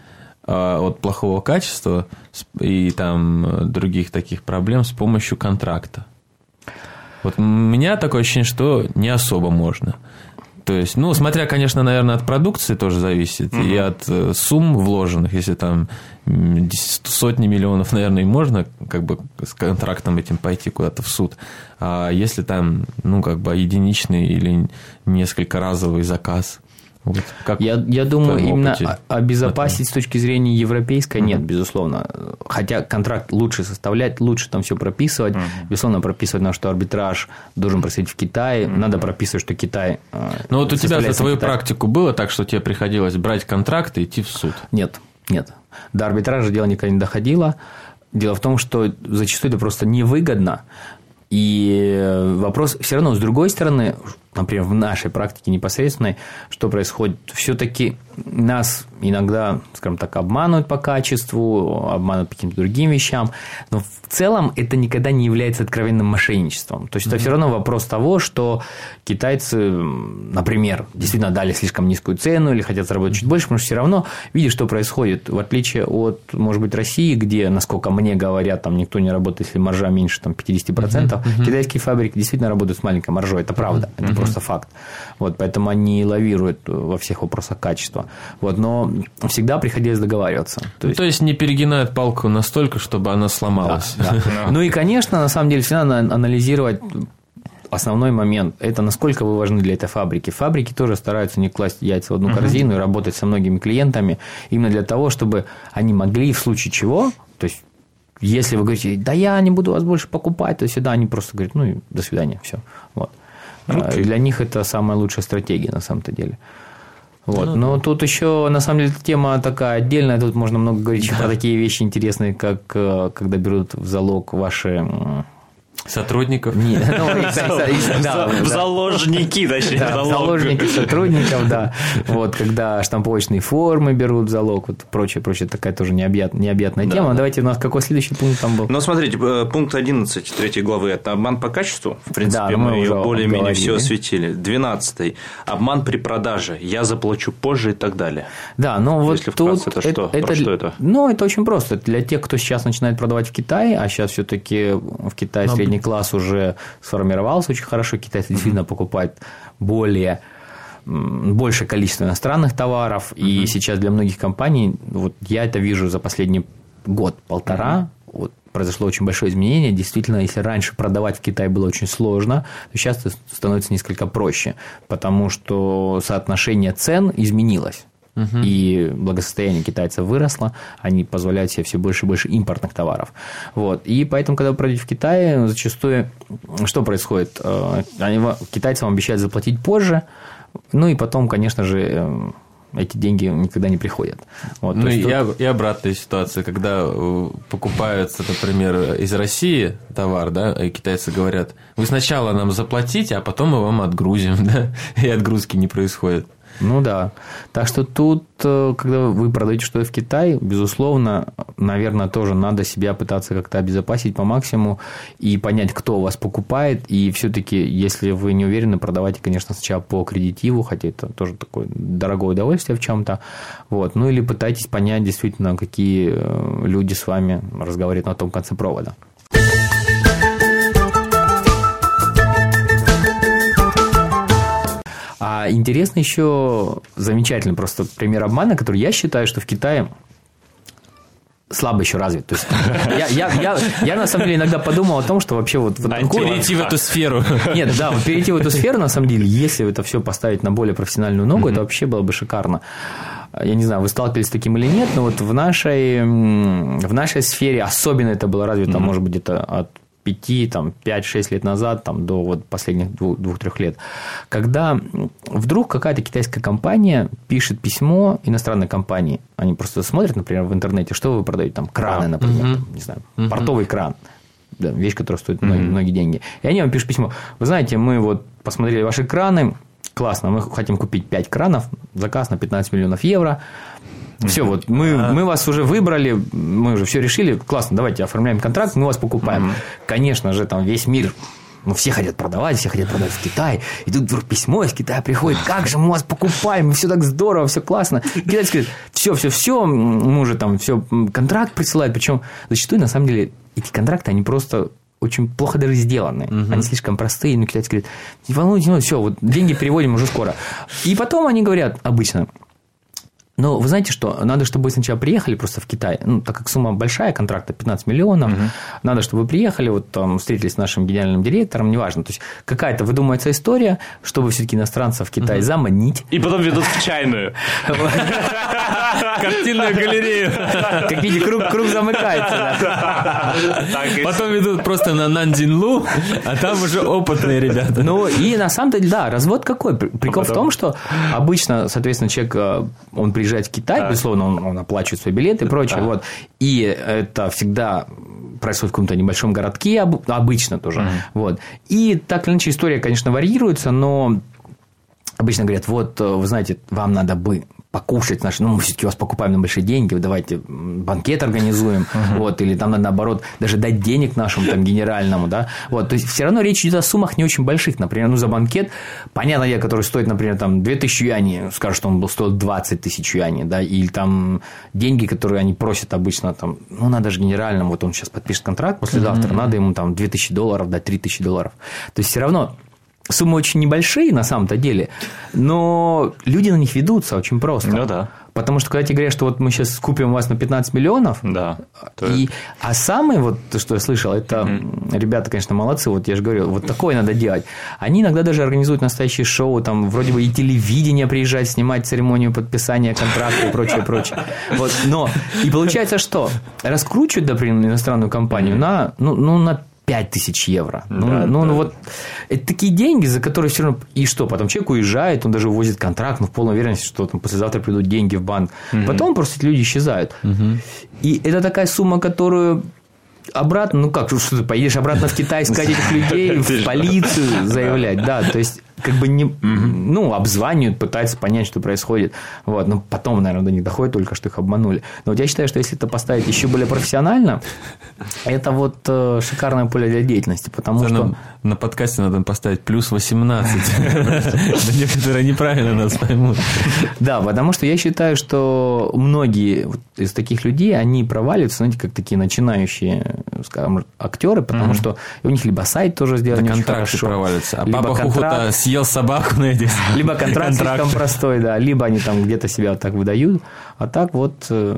от плохого качества и там других таких проблем с помощью контракта. Вот у меня такое ощущение, что не особо можно. То есть, ну, смотря, конечно, наверное, от продукции тоже зависит, угу. и от э, сумм вложенных. Если там сотни миллионов, наверное, и можно как бы с контрактом этим пойти куда-то в суд. А если там, ну, как бы единичный или несколько разовый заказ. Вот, как я, я думаю, именно обезопасить с точки зрения европейской нет, mm-hmm. безусловно. Хотя контракт лучше составлять, лучше там все прописывать. Mm-hmm. Безусловно, прописывать на что арбитраж должен происходить в Китае. Mm-hmm. Надо прописывать, что Китай. Ну вот у тебя за твою практику было так, что тебе приходилось брать контракт и идти в суд? Нет, нет. До арбитража дело никогда не доходило. Дело в том, что зачастую это просто невыгодно. И вопрос все равно, с другой стороны, например, в нашей практике непосредственной, что происходит? Все-таки нас иногда, скажем так, обманывают по качеству, обманывают по каким-то другим вещам, но в целом это никогда не является откровенным мошенничеством. То есть, это mm-hmm. все равно вопрос того, что китайцы, например, действительно дали слишком низкую цену или хотят заработать чуть больше, потому что все равно видят, что происходит. В отличие от, может быть, России, где, насколько мне говорят, там никто не работает, если маржа меньше там, пятьдесят процентов, mm-hmm. китайские фабрики действительно работают с маленькой маржой. Это правда, mm-hmm. это просто факт. Вот, поэтому они лавируют во всех вопросах качества. Вот, но всегда приходилось договариваться. То есть, то есть не перегинают палку настолько, чтобы она сломалась. Да, да. Ну и, конечно, на самом деле, всегда надо анализировать основной момент. Это насколько вы важны для этой фабрики. Фабрики тоже стараются не класть яйца в одну корзину uh-huh. и работать со многими клиентами именно для того, чтобы они могли в случае чего, то есть если вы говорите, да я не буду вас больше покупать, то сюда они просто говорят, ну и до свидания, все. Вот. Okay. Для них это самая лучшая стратегия на самом-то деле. Вот. Ну, но да. тут еще, на самом деле, тема такая отдельная. Тут можно много говорить да. про такие вещи интересные, как когда берут в залог ваши... Сотрудников? Нет, ну, в заложники, точнее. Да, заложники сотрудников, да. Вот, когда штамповочные формы берут в залог, вот прочее, прочее, такая тоже необъятная тема. Да. Давайте, у нас какой следующий пункт там был? Ну, смотрите, пункт одиннадцать третьей главы – это обман по качеству. В принципе, да, мы, мы ее более-менее все осветили. двенадцатый – обман при продаже. Я заплачу позже и так далее. Да, но вот Если тут… вкратце, это, это что? Это, Про что это? Ну, это очень просто. Для тех, кто сейчас начинает продавать в Китае, а сейчас все-таки в Китае но... средний класс уже сформировался очень хорошо, китайцы действительно mm-hmm. покупают более, большее количество иностранных товаров, mm-hmm. и сейчас для многих компаний, вот я это вижу за последний год-полтора, mm-hmm. вот, произошло очень большое изменение. Действительно, если раньше продавать в Китае было очень сложно, то сейчас это становится несколько проще, потому что соотношение цен изменилось. Uh-huh. И благосостояние китайцев выросло, они позволяют себе все больше и больше импортных товаров. Вот. И поэтому, когда вы продаете в Китае, зачастую что происходит? Они, китайцам обещают заплатить позже, ну и потом, конечно же, эти деньги никогда не приходят. Вот, ну и, тут... и обратная ситуация, когда покупается, например, из России товар, да, и китайцы говорят, вы сначала нам заплатите, а потом мы вам отгрузим, да, и отгрузки не происходит. Ну да. Так что тут, когда вы продаете что-то в Китай, безусловно, наверное, тоже надо себя пытаться как-то обезопасить по максимуму и понять, кто вас покупает. И все-таки, если вы не уверены, продавайте, конечно, сначала по кредитиву, хотя это тоже такое дорогое удовольствие в чем-то. Вот. Ну или пытайтесь понять действительно, какие люди с вами разговаривают на том конце провода. А интересно еще замечательный просто пример обмана, который я считаю, что в Китае слабо еще развит. То есть, я, я, я, я на самом деле иногда подумал о том, что вообще вот... вот а перейти в эту сферу. Нет, да, вот перейти в эту сферу, на самом деле, если это все поставить на более профессиональную ногу, mm-hmm. это вообще было бы шикарно. Я не знаю, вы сталкивались с таким или нет, но вот в нашей, в нашей сфере особенно это было развито, mm-hmm. может быть, где-то от пяти, там, пять-шесть лет назад, там, до вот последних двух-трех лет, когда вдруг какая-то китайская компания пишет письмо иностранной компании, они просто смотрят, например, в интернете, что вы продаете, там, краны, например, uh-huh. там, не знаю, uh-huh. портовый кран, да, вещь, которая стоит uh-huh. многие, многие деньги, и они вам пишут письмо, вы знаете, мы вот посмотрели ваши краны, классно, мы хотим купить пять кранов, заказ на пятнадцать миллионов евро, все, вот мы, а... мы вас уже выбрали, мы уже все решили, классно, давайте оформляем контракт, мы вас покупаем. Mm-hmm. Конечно же, там весь мир, ну, все хотят продавать, все хотят продавать в Китай, и тут вдруг письмо из Китая приходит, как же мы вас покупаем, все так здорово, все классно. Китайцы говорят, все, все, все, мы уже там все, контракт присылают, причем зачастую, на самом деле, эти контракты, они просто очень плохо даже сделаны. Угу. Они слишком простые, но китайцы говорят, не волнуйтесь, ну, все, вот деньги переводим уже скоро. И потом они говорят обычно, но вы знаете что, надо, чтобы вы сначала приехали просто в Китай, ну, так как сумма большая, контракта пятнадцать миллионов, угу. надо, чтобы вы приехали, вот там встретились с нашим генеральным директором, неважно, то есть какая-то выдумывается история, чтобы все-таки иностранцев в Китай угу. заманить. И потом ведут в чайную. Картинную галерею. Как видите, круг замыкается. Потом ведут просто на Нандинлу, а там уже опытные ребята. Ну, и на самом деле, да, развод какой? Прикол в том, что обычно, соответственно, человек, он приезжает в Китай, так. безусловно, он, он оплачивает свой билет и прочее, так. вот, и это всегда происходит в каком-то небольшом городке, обычно тоже, mm-hmm. вот, и так или иначе история, конечно, варьируется, но обычно говорят, вот, вы знаете, вам надо бы покушать наши, ну, мы все-таки вас покупаем на большие деньги, давайте банкет организуем, uh-huh. вот, или там надо, наоборот, даже дать денег нашему там генеральному, да, вот, то есть, все равно речь идет о суммах не очень больших, например, ну, за банкет, понятно, я, который стоит, например, там, две тысячи юаней, скажут, что он был стоил двадцать тысяч юаней, да, или там деньги, которые они просят обычно, там, ну, надо же генеральному, вот он сейчас подпишет контракт послезавтра, uh-huh. надо ему там две тысячи долларов дать, три тысячи долларов, то есть, все равно суммы очень небольшие на самом-то деле, но люди на них ведутся очень просто. Ну да. Потому что когда тебе говорят, что вот мы сейчас купим вас на пятнадцать миллионов, да. И, а самое, вот, то, что я слышал, это mm-hmm. ребята, конечно, молодцы, вот я же говорю, вот такое надо делать. Они иногда даже организуют настоящие шоу, там вроде бы и телевидение приезжать, снимать церемонию подписания контракта и прочее, прочее. Вот, но, и получается, что раскручивают, например, иностранную компанию mm-hmm. на, ну, ну, на пять тысяч евро. Да, ну, ну, да. ну, вот это такие деньги, за которые все равно. И что? Потом человек уезжает, он даже увозит контракт, но в полной уверенности, что там послезавтра придут деньги в банк. Угу. Потом просто эти люди исчезают. Угу. И это такая сумма, которую обратно, ну как, что ты поедешь обратно в Китай искать этих людей, в полицию заявлять, да, то есть как бы не, ну, обзванивают, пытаются понять, что происходит, вот, но потом, наверное, до них доходит только, что их обманули. Но вот я считаю, что если это поставить еще более профессионально, это вот э, шикарное поле для деятельности, потому что... На подкасте надо поставить плюс восемнадцать, некоторые неправильно нас поймут. Да, потому что я считаю, что многие из таких людей, они проваливаются, знаете, как такие начинающие, скажем, актеры, потому что у них либо сайт тоже сделан не очень хорошо, провалится, а папа Хухута съел собаку на этих. Либо контракт слишком простой, да, либо они там где-то себя вот так выдают, а так вот...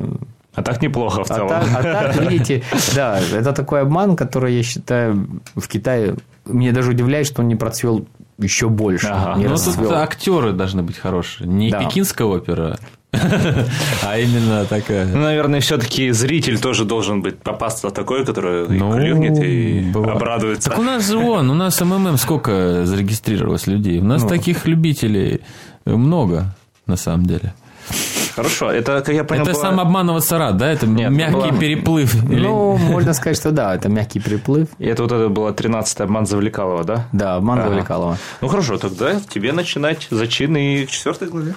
А так неплохо в целом. А так, а так, видите, да, это такой обман, который, я считаю, в Китае... Мне даже удивляет, что он не процвел еще больше. Ага. Ну, тут актеры должны быть хорошие. Не да. пекинская опера, а именно такая. Ну, наверное, все-таки зритель тоже должен быть попасться такой, который ну, и клюнет, и бывает. Обрадуется. Так у нас же вон, у нас эм эм эм сколько зарегистрировалось людей. У нас ну. таких любителей много, на самом деле. Хорошо, это, как я понял... Это была... сам обманываться рад, да? Это Нет, мягкий была... переплыв. Ну, или... можно сказать, что да, это мягкий переплыв. И это вот это было тринадцатый обман Завлекалова, да? Да, обман ага. Завлекалова. Ну, хорошо, тогда тебе начинать зачин и к четвертой главе.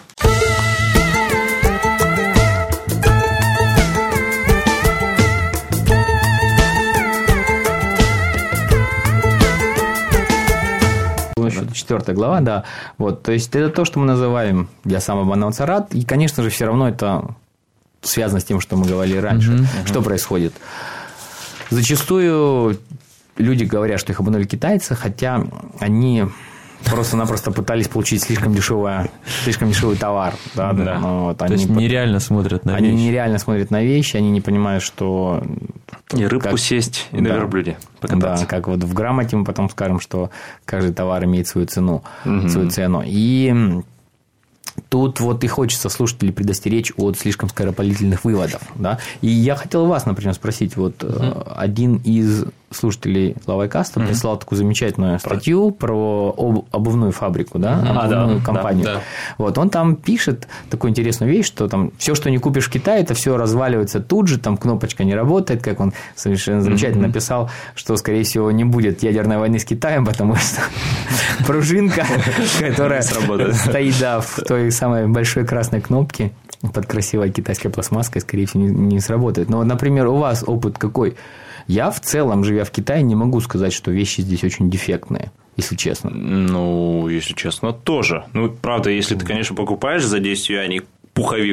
Четвертая глава, да. Вот, то есть, это то, что мы называем «Я сам обманываться рад». И, конечно же, все равно это связано с тем, что мы говорили раньше. Uh-huh, uh-huh. Что происходит? Зачастую люди говорят, что их обманули китайцы, хотя они просто-напросто пытались получить слишком дешевый, слишком дешевый товар. Да, да. Да. Ну, вот, то они есть, нереально смотрят на они вещи. Они нереально смотрят на вещи, они не понимают, что... И рыбку как... сесть, и да. на верблюде покататься. Да, как вот в грамоте мы потом скажем, что каждый товар имеет свою цену. Угу. Свою цену. И... Тут вот и хочется слушателей предостеречь от слишком скоропалительных выводов. Да? И я хотел вас, например, спросить. Вот mm-hmm. один из слушателей Лавайкаста mm-hmm. прислал такую замечательную статью про об, обувную фабрику, да? mm-hmm. обувную а, компанию. Да, да. Вот, он там пишет такую интересную вещь, что там все, что не купишь в Китае, это все разваливается тут же, там кнопочка не работает, как он совершенно замечательно mm-hmm. написал, что, скорее всего, не будет ядерной войны с Китаем, потому что пружинка, которая стоит в той самой большой красной кнопке под красивой китайской пластмасской, скорее всего, не, не сработает. Но, например, у вас опыт какой? Я в целом, живя в Китае, не могу сказать, что вещи здесь очень дефектные, если честно. Ну, если честно, тоже. Ну, правда, если ты, конечно, покупаешь за десять юаней пуховик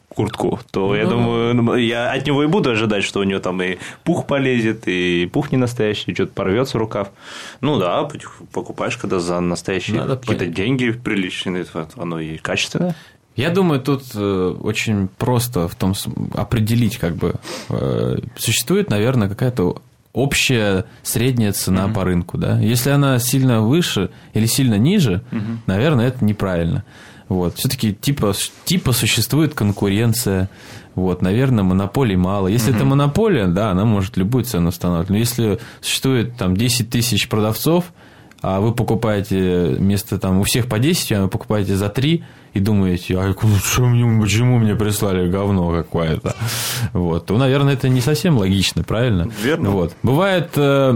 куртку, то, я думаю, я от него и буду ожидать, что у него там и пух полезет, и пух не настоящий, что-то порвется рукав. Ну да, покупаешь, когда за настоящие Надо какие-то понять. деньги приличные, оно и качественное. Я думаю, тут очень просто в том определить, как бы существует, наверное, какая-то общая средняя цена mm-hmm. по рынку, да. Если она сильно выше или сильно ниже, mm-hmm. наверное, это неправильно. Вот. Все-таки типа, типа существует конкуренция. Вот, наверное, монополий мало. Если mm-hmm. это монополия, да, она может любую цену устанавливать. Но если существует там десять тысяч продавцов, а вы покупаете вместо там у всех по десять, а вы покупаете за три и думаете, а почему, почему мне прислали говно какое-то? Вот, то, наверное, это не совсем логично, правильно? Верно. Вот. Бывает,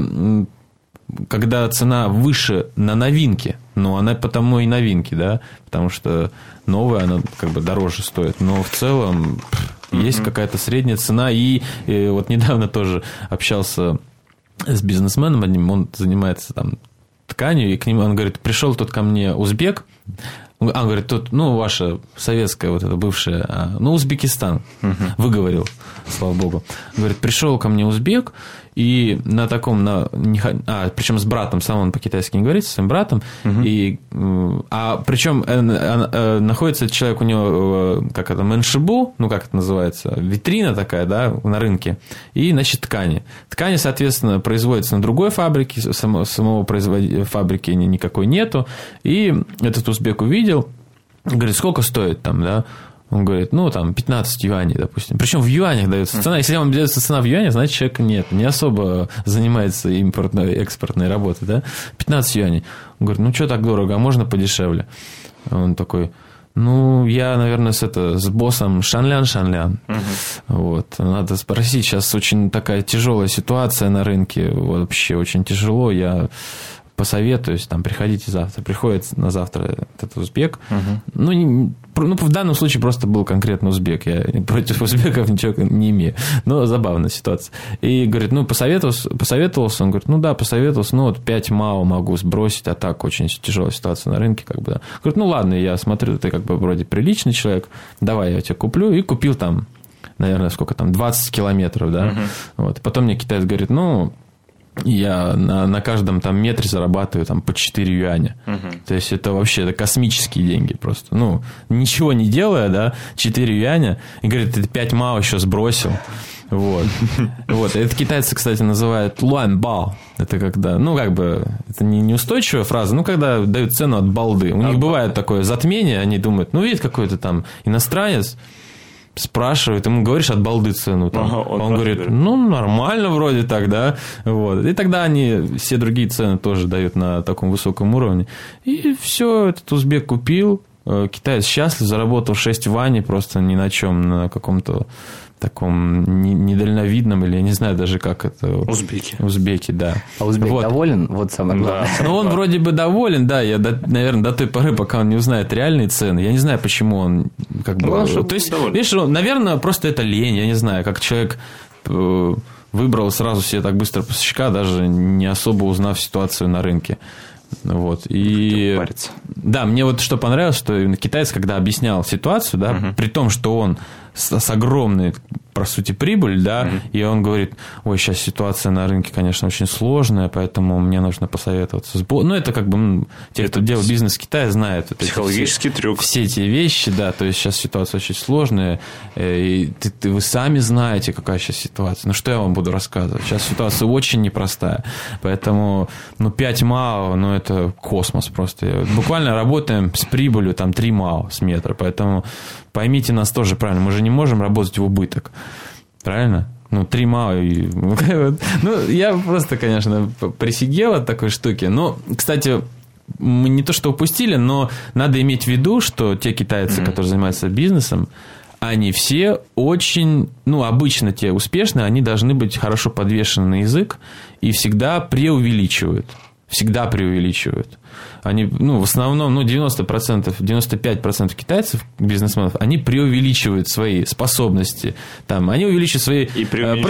когда цена выше на новинки, но она потому и новинки, да, потому что новая, она как бы дороже стоит, но в целом есть mm-hmm. какая-то средняя цена, и, и вот недавно тоже общался с бизнесменом одним, он занимается там тканью, и к нему, он говорит, пришел тут ко мне узбек, он говорит, тут, ну, ваша советская вот эта бывшая, ну, Узбекистан, uh-huh. выговорил, слава богу. Говорит, пришел ко мне узбек, и на таком, на, а, причем с братом, сам он по-китайски не говорит, с своим братом, uh-huh. и, а причем находится человек у него, как это, мэншибу, ну, как это называется, витрина такая, да, на рынке, и, значит, ткани. Ткани, соответственно, производятся на другой фабрике, само, самого производ... фабрики никакой нету, и этот узбек увидел, говорит, сколько стоит там, да? Он говорит, ну, там, пятнадцать юаней, допустим. Причем в юанях дается цена. Если вам дается цена в юанях, значит, человек нет, не особо занимается импортной, экспортной работой, да? пятнадцать юаней. Он говорит, ну, что так дорого, а можно подешевле? Он такой, ну, я, наверное, с, это, с боссом шанлян-шанлян. Uh-huh. Вот. Надо спросить, сейчас очень такая тяжелая ситуация на рынке, вообще очень тяжело, я... посоветуюсь, там, приходите завтра. Приходит на завтра этот узбек. Uh-huh. Ну, не, ну, в данном случае просто был конкретно узбек. Я против узбеков ничего не имею. Но забавная ситуация. И говорит, ну, посоветовался, посоветовался. Он говорит, ну, да, посоветовался. Ну, вот пять мао могу сбросить, а так очень тяжелая ситуация на рынке. Как бы, да. Говорит, ну, ладно, я смотрю, ты как бы вроде приличный человек. Давай я тебя куплю. И купил там, наверное, сколько там, двадцать километров, да. Uh-huh. Вот. Потом мне китаец говорит, ну... Я на, на каждом там метре зарабатываю там по четыре юаня. Uh-huh. То есть, это вообще это космические деньги просто. Ну, ничего не делая, да, четыре юаня. И говорит, ты пять мао еще сбросил. Вот. Вот. Это китайцы, кстати, называют луанбао. Это когда, ну, как бы, это не неустойчивая фраза, ну, когда дают цену от балды. У них бывает такое затмение, они думают, ну, видит какой-то там иностранец, спрашивает, ему говоришь от балды цену. Там. Ага, он он говорит, ну, нормально вроде так, да. Вот. И тогда они все другие цены тоже дают на таком высоком уровне. И все, этот узбек купил. Китаец счастлив, заработал шесть юаней просто ни на чем, на каком-то таком недальновидном, или я не знаю даже, как это... Узбеки. Узбеки, да. А узбек вот. доволен? Вот самое главное. Да. Ну, он вроде бы доволен, да, я, наверное, до той поры, пока он не узнает реальные цены. Я не знаю, почему он как бы... Ну, то есть, доволен. Видишь, наверное, просто это лень, я не знаю, как человек выбрал сразу себе так быстро поставщика, даже не особо узнав ситуацию на рынке. Вот. И да, мне вот что понравилось, что китаец, когда объяснял ситуацию, да, uh-huh. при том, что он с, с огромной, по сути, прибыль, да, uh-huh. и он говорит, ой, сейчас ситуация на рынке, конечно, очень сложная, поэтому мне нужно посоветоваться с бо... Ну, это как бы ну, те, это кто делал бизнес в Китае, знают. Вот психологический все, трюк. Все эти вещи, да, то есть сейчас ситуация очень сложная, и ты, ты, вы сами знаете, какая сейчас ситуация. Ну, что я вам буду рассказывать? Сейчас ситуация очень непростая, поэтому, ну, пять мао, ну, это космос просто. Буквально работаем с прибылью, там, три мао с метра, поэтому поймите нас тоже правильно, мы же не можем работать в убыток. Правильно? Ну, три мао. И... Ну, я просто, конечно, присидел от такой штуки. Но, кстати, мы не то что упустили, но надо иметь в виду, что те китайцы, mm-hmm. которые занимаются бизнесом, они все очень, ну, обычно те успешные, они должны быть хорошо подвешены на язык и всегда преувеличивают. Всегда преувеличивают. Они, ну, в основном, ну, девяносто процентов, девяносто пять процентов китайцев, бизнесменов, они преувеличивают свои способности. Там, они увеличивают свои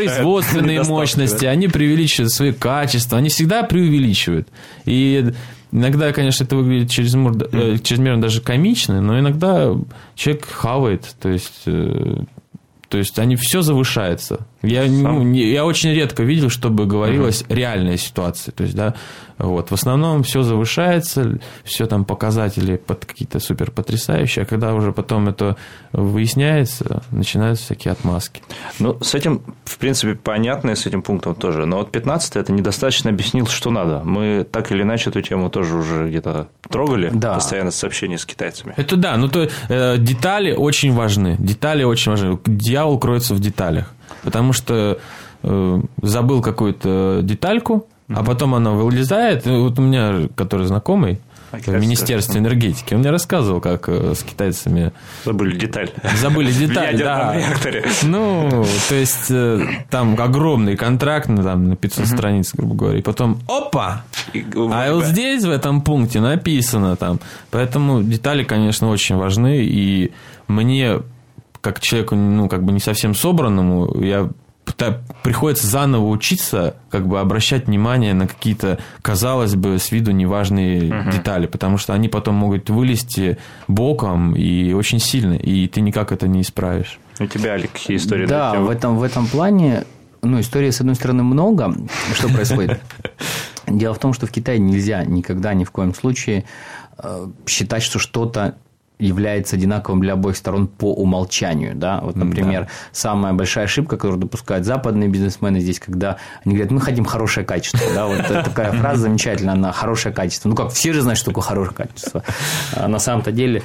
производственные мощности, да? Они преувеличивают свои качества. Они всегда преувеличивают. И иногда, конечно, это выглядит чрезмерно, mm. чрезмерно даже комично, но иногда человек хавает, то есть, то есть они все завышается. Я, ну, не, я очень редко видел, чтобы говорилось uh-huh. реальная ситуация. То есть, да, вот, в основном все завышается, все там показатели под какие-то супер потрясающие, а когда уже потом это выясняется, начинаются всякие отмазки. Ну, с этим, в принципе, понятно, и с этим пунктом тоже. Но вот пятнадцатый это недостаточно объяснил, что надо. Мы так или иначе эту тему тоже уже где-то трогали, да. Постоянно сообщения с китайцами. Это да, ну то э, детали очень важны. Детали очень важны. Дьявол кроется в деталях. Потому что э, забыл какую-то детальку, mm-hmm. а потом она вылезает. Вот у меня, который знакомый а в Министерстве энергетики, он мне рассказывал, как с китайцами... Забыли деталь. Забыли деталь, да. Реакторе. Ну, то есть, там огромный контракт там, на пятьсот mm-hmm. страниц, грубо говоря. И потом, опа! И, а вот здесь, в этом пункте, написано там. Поэтому детали, конечно, очень важны. И мне... как человеку, ну, как бы не совсем собранному, я приходится заново учиться, как бы обращать внимание на какие-то, казалось бы, с виду неважные uh-huh. детали, потому что они потом могут вылезти боком и очень сильно, и ты никак это не исправишь. У тебя, Олег, какие истории? Да, в этом, в этом плане, ну, истории, с одной стороны, много. Что происходит? Дело в том, что в Китае нельзя никогда, ни в коем случае считать, что что-то является одинаковым для обоих сторон по умолчанию. Да? Вот, например, да. самая большая ошибка, которую допускают западные бизнесмены здесь, когда они говорят, мы хотим хорошее качество. Да? Вот такая фраза замечательная, она хорошее качество. Ну как, все же знают, что такое хорошее качество. А на самом-то деле,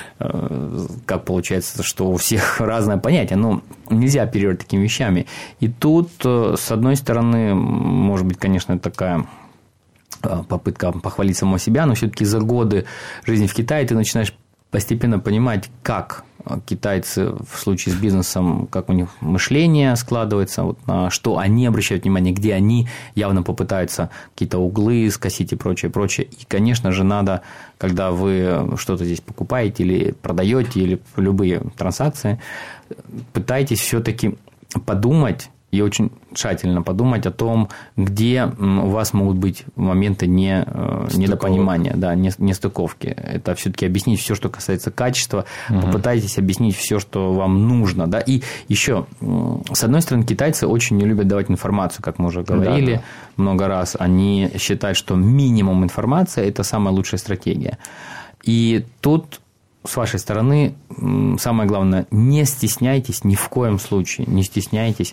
как получается, что у всех разное понятие, но нельзя оперировать такими вещами. И тут, с одной стороны, может быть, конечно, такая попытка похвалить самого себя, но все-таки за годы жизни в Китае ты начинаешь постепенно понимать, как китайцы в случае с бизнесом, как у них мышление складывается, вот, на что они обращают внимание, где они явно попытаются какие-то углы скосить и прочее, прочее. И, конечно же, надо, когда вы что-то здесь покупаете или продаете, или любые транзакции, пытайтесь все-таки подумать, и очень тщательно подумать о том, где у вас могут быть моменты не, недопонимания, да, нестыковки. Это все-таки объяснить все, что касается качества, угу. попытайтесь объяснить все, что вам нужно. Да. И еще, с одной стороны, китайцы очень не любят давать информацию, как мы уже говорили да, да. много раз. Они считают, что минимум информации – это самая лучшая стратегия. И тут с вашей стороны самое главное – не стесняйтесь ни в коем случае, не стесняйтесь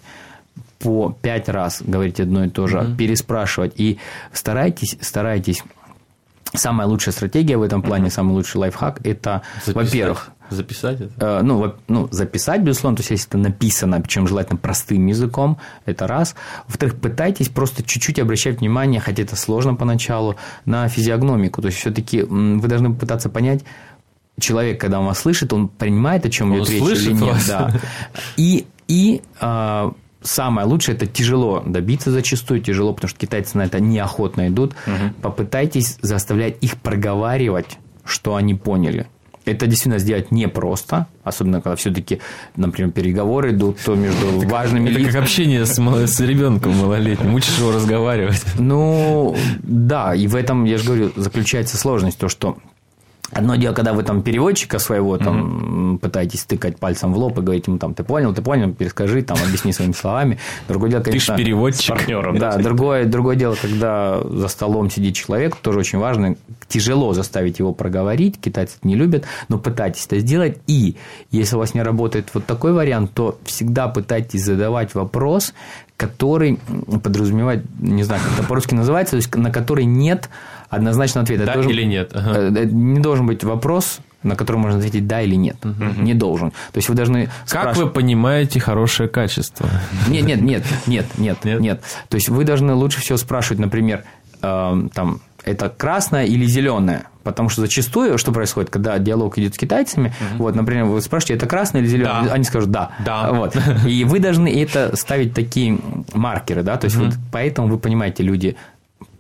по пять раз говорить одно и то же, mm-hmm. переспрашивать. И старайтесь, старайтесь. Самая лучшая стратегия в этом плане, mm-hmm. самый лучший лайфхак – это, записать. во-первых… Записать это? Э, ну, во, ну, записать, безусловно, то есть, если это написано, причем желательно простым языком, это раз. Во-вторых, пытайтесь просто чуть-чуть обращать внимание, хотя это сложно поначалу, на физиогномику. То есть, все-таки вы должны пытаться понять, человек, когда он вас слышит, он принимает, о чем идет речь или нет. Да. И, и э, самое лучшее – это тяжело добиться зачастую, тяжело, потому что китайцы на это неохотно идут. Угу. Попытайтесь заставлять их проговаривать, что они поняли. Это действительно сделать непросто, особенно когда все-таки, например, переговоры идут то между это важными лицами. Это как общение с, с ребенком малолетним, учишь его разговаривать. Ну, да, и в этом, я же говорю, заключается сложность, то, что одно дело, когда вы там переводчика своего там, mm-hmm. пытаетесь тыкать пальцем в лоб и говорить ему, там, ты понял, ты понял, перескажи, там, объясни своими словами. Другое дело, конечно… Ты же переводчик. С партнером. Да, да другое, другое дело, когда за столом сидит человек, тоже очень важно, тяжело заставить его проговорить, китайцы это не любят, но пытайтесь это сделать. И если у вас не работает вот такой вариант, то всегда пытайтесь задавать вопрос, который подразумевает, не знаю, как это по-русски называется, то есть на который нет однозначного ответа. Да должен, или нет? Ага. Не должен быть вопрос, на который можно ответить да или нет. Угу. Не должен. То есть вы должны как спрашивать... вы понимаете хорошее качество? Нет, нет, нет, нет, нет, нет, нет. То есть вы должны лучше всего спрашивать, например, э, там, это красное или зеленое? Потому что зачастую, что происходит, когда диалог идет с китайцами, uh-huh. вот, например, вы спрашиваете, это красное или зеленое? Да. Они скажут да. да. Вот. И вы должны это ставить такие маркеры, да, то есть uh-huh. вот поэтому вы понимаете, люди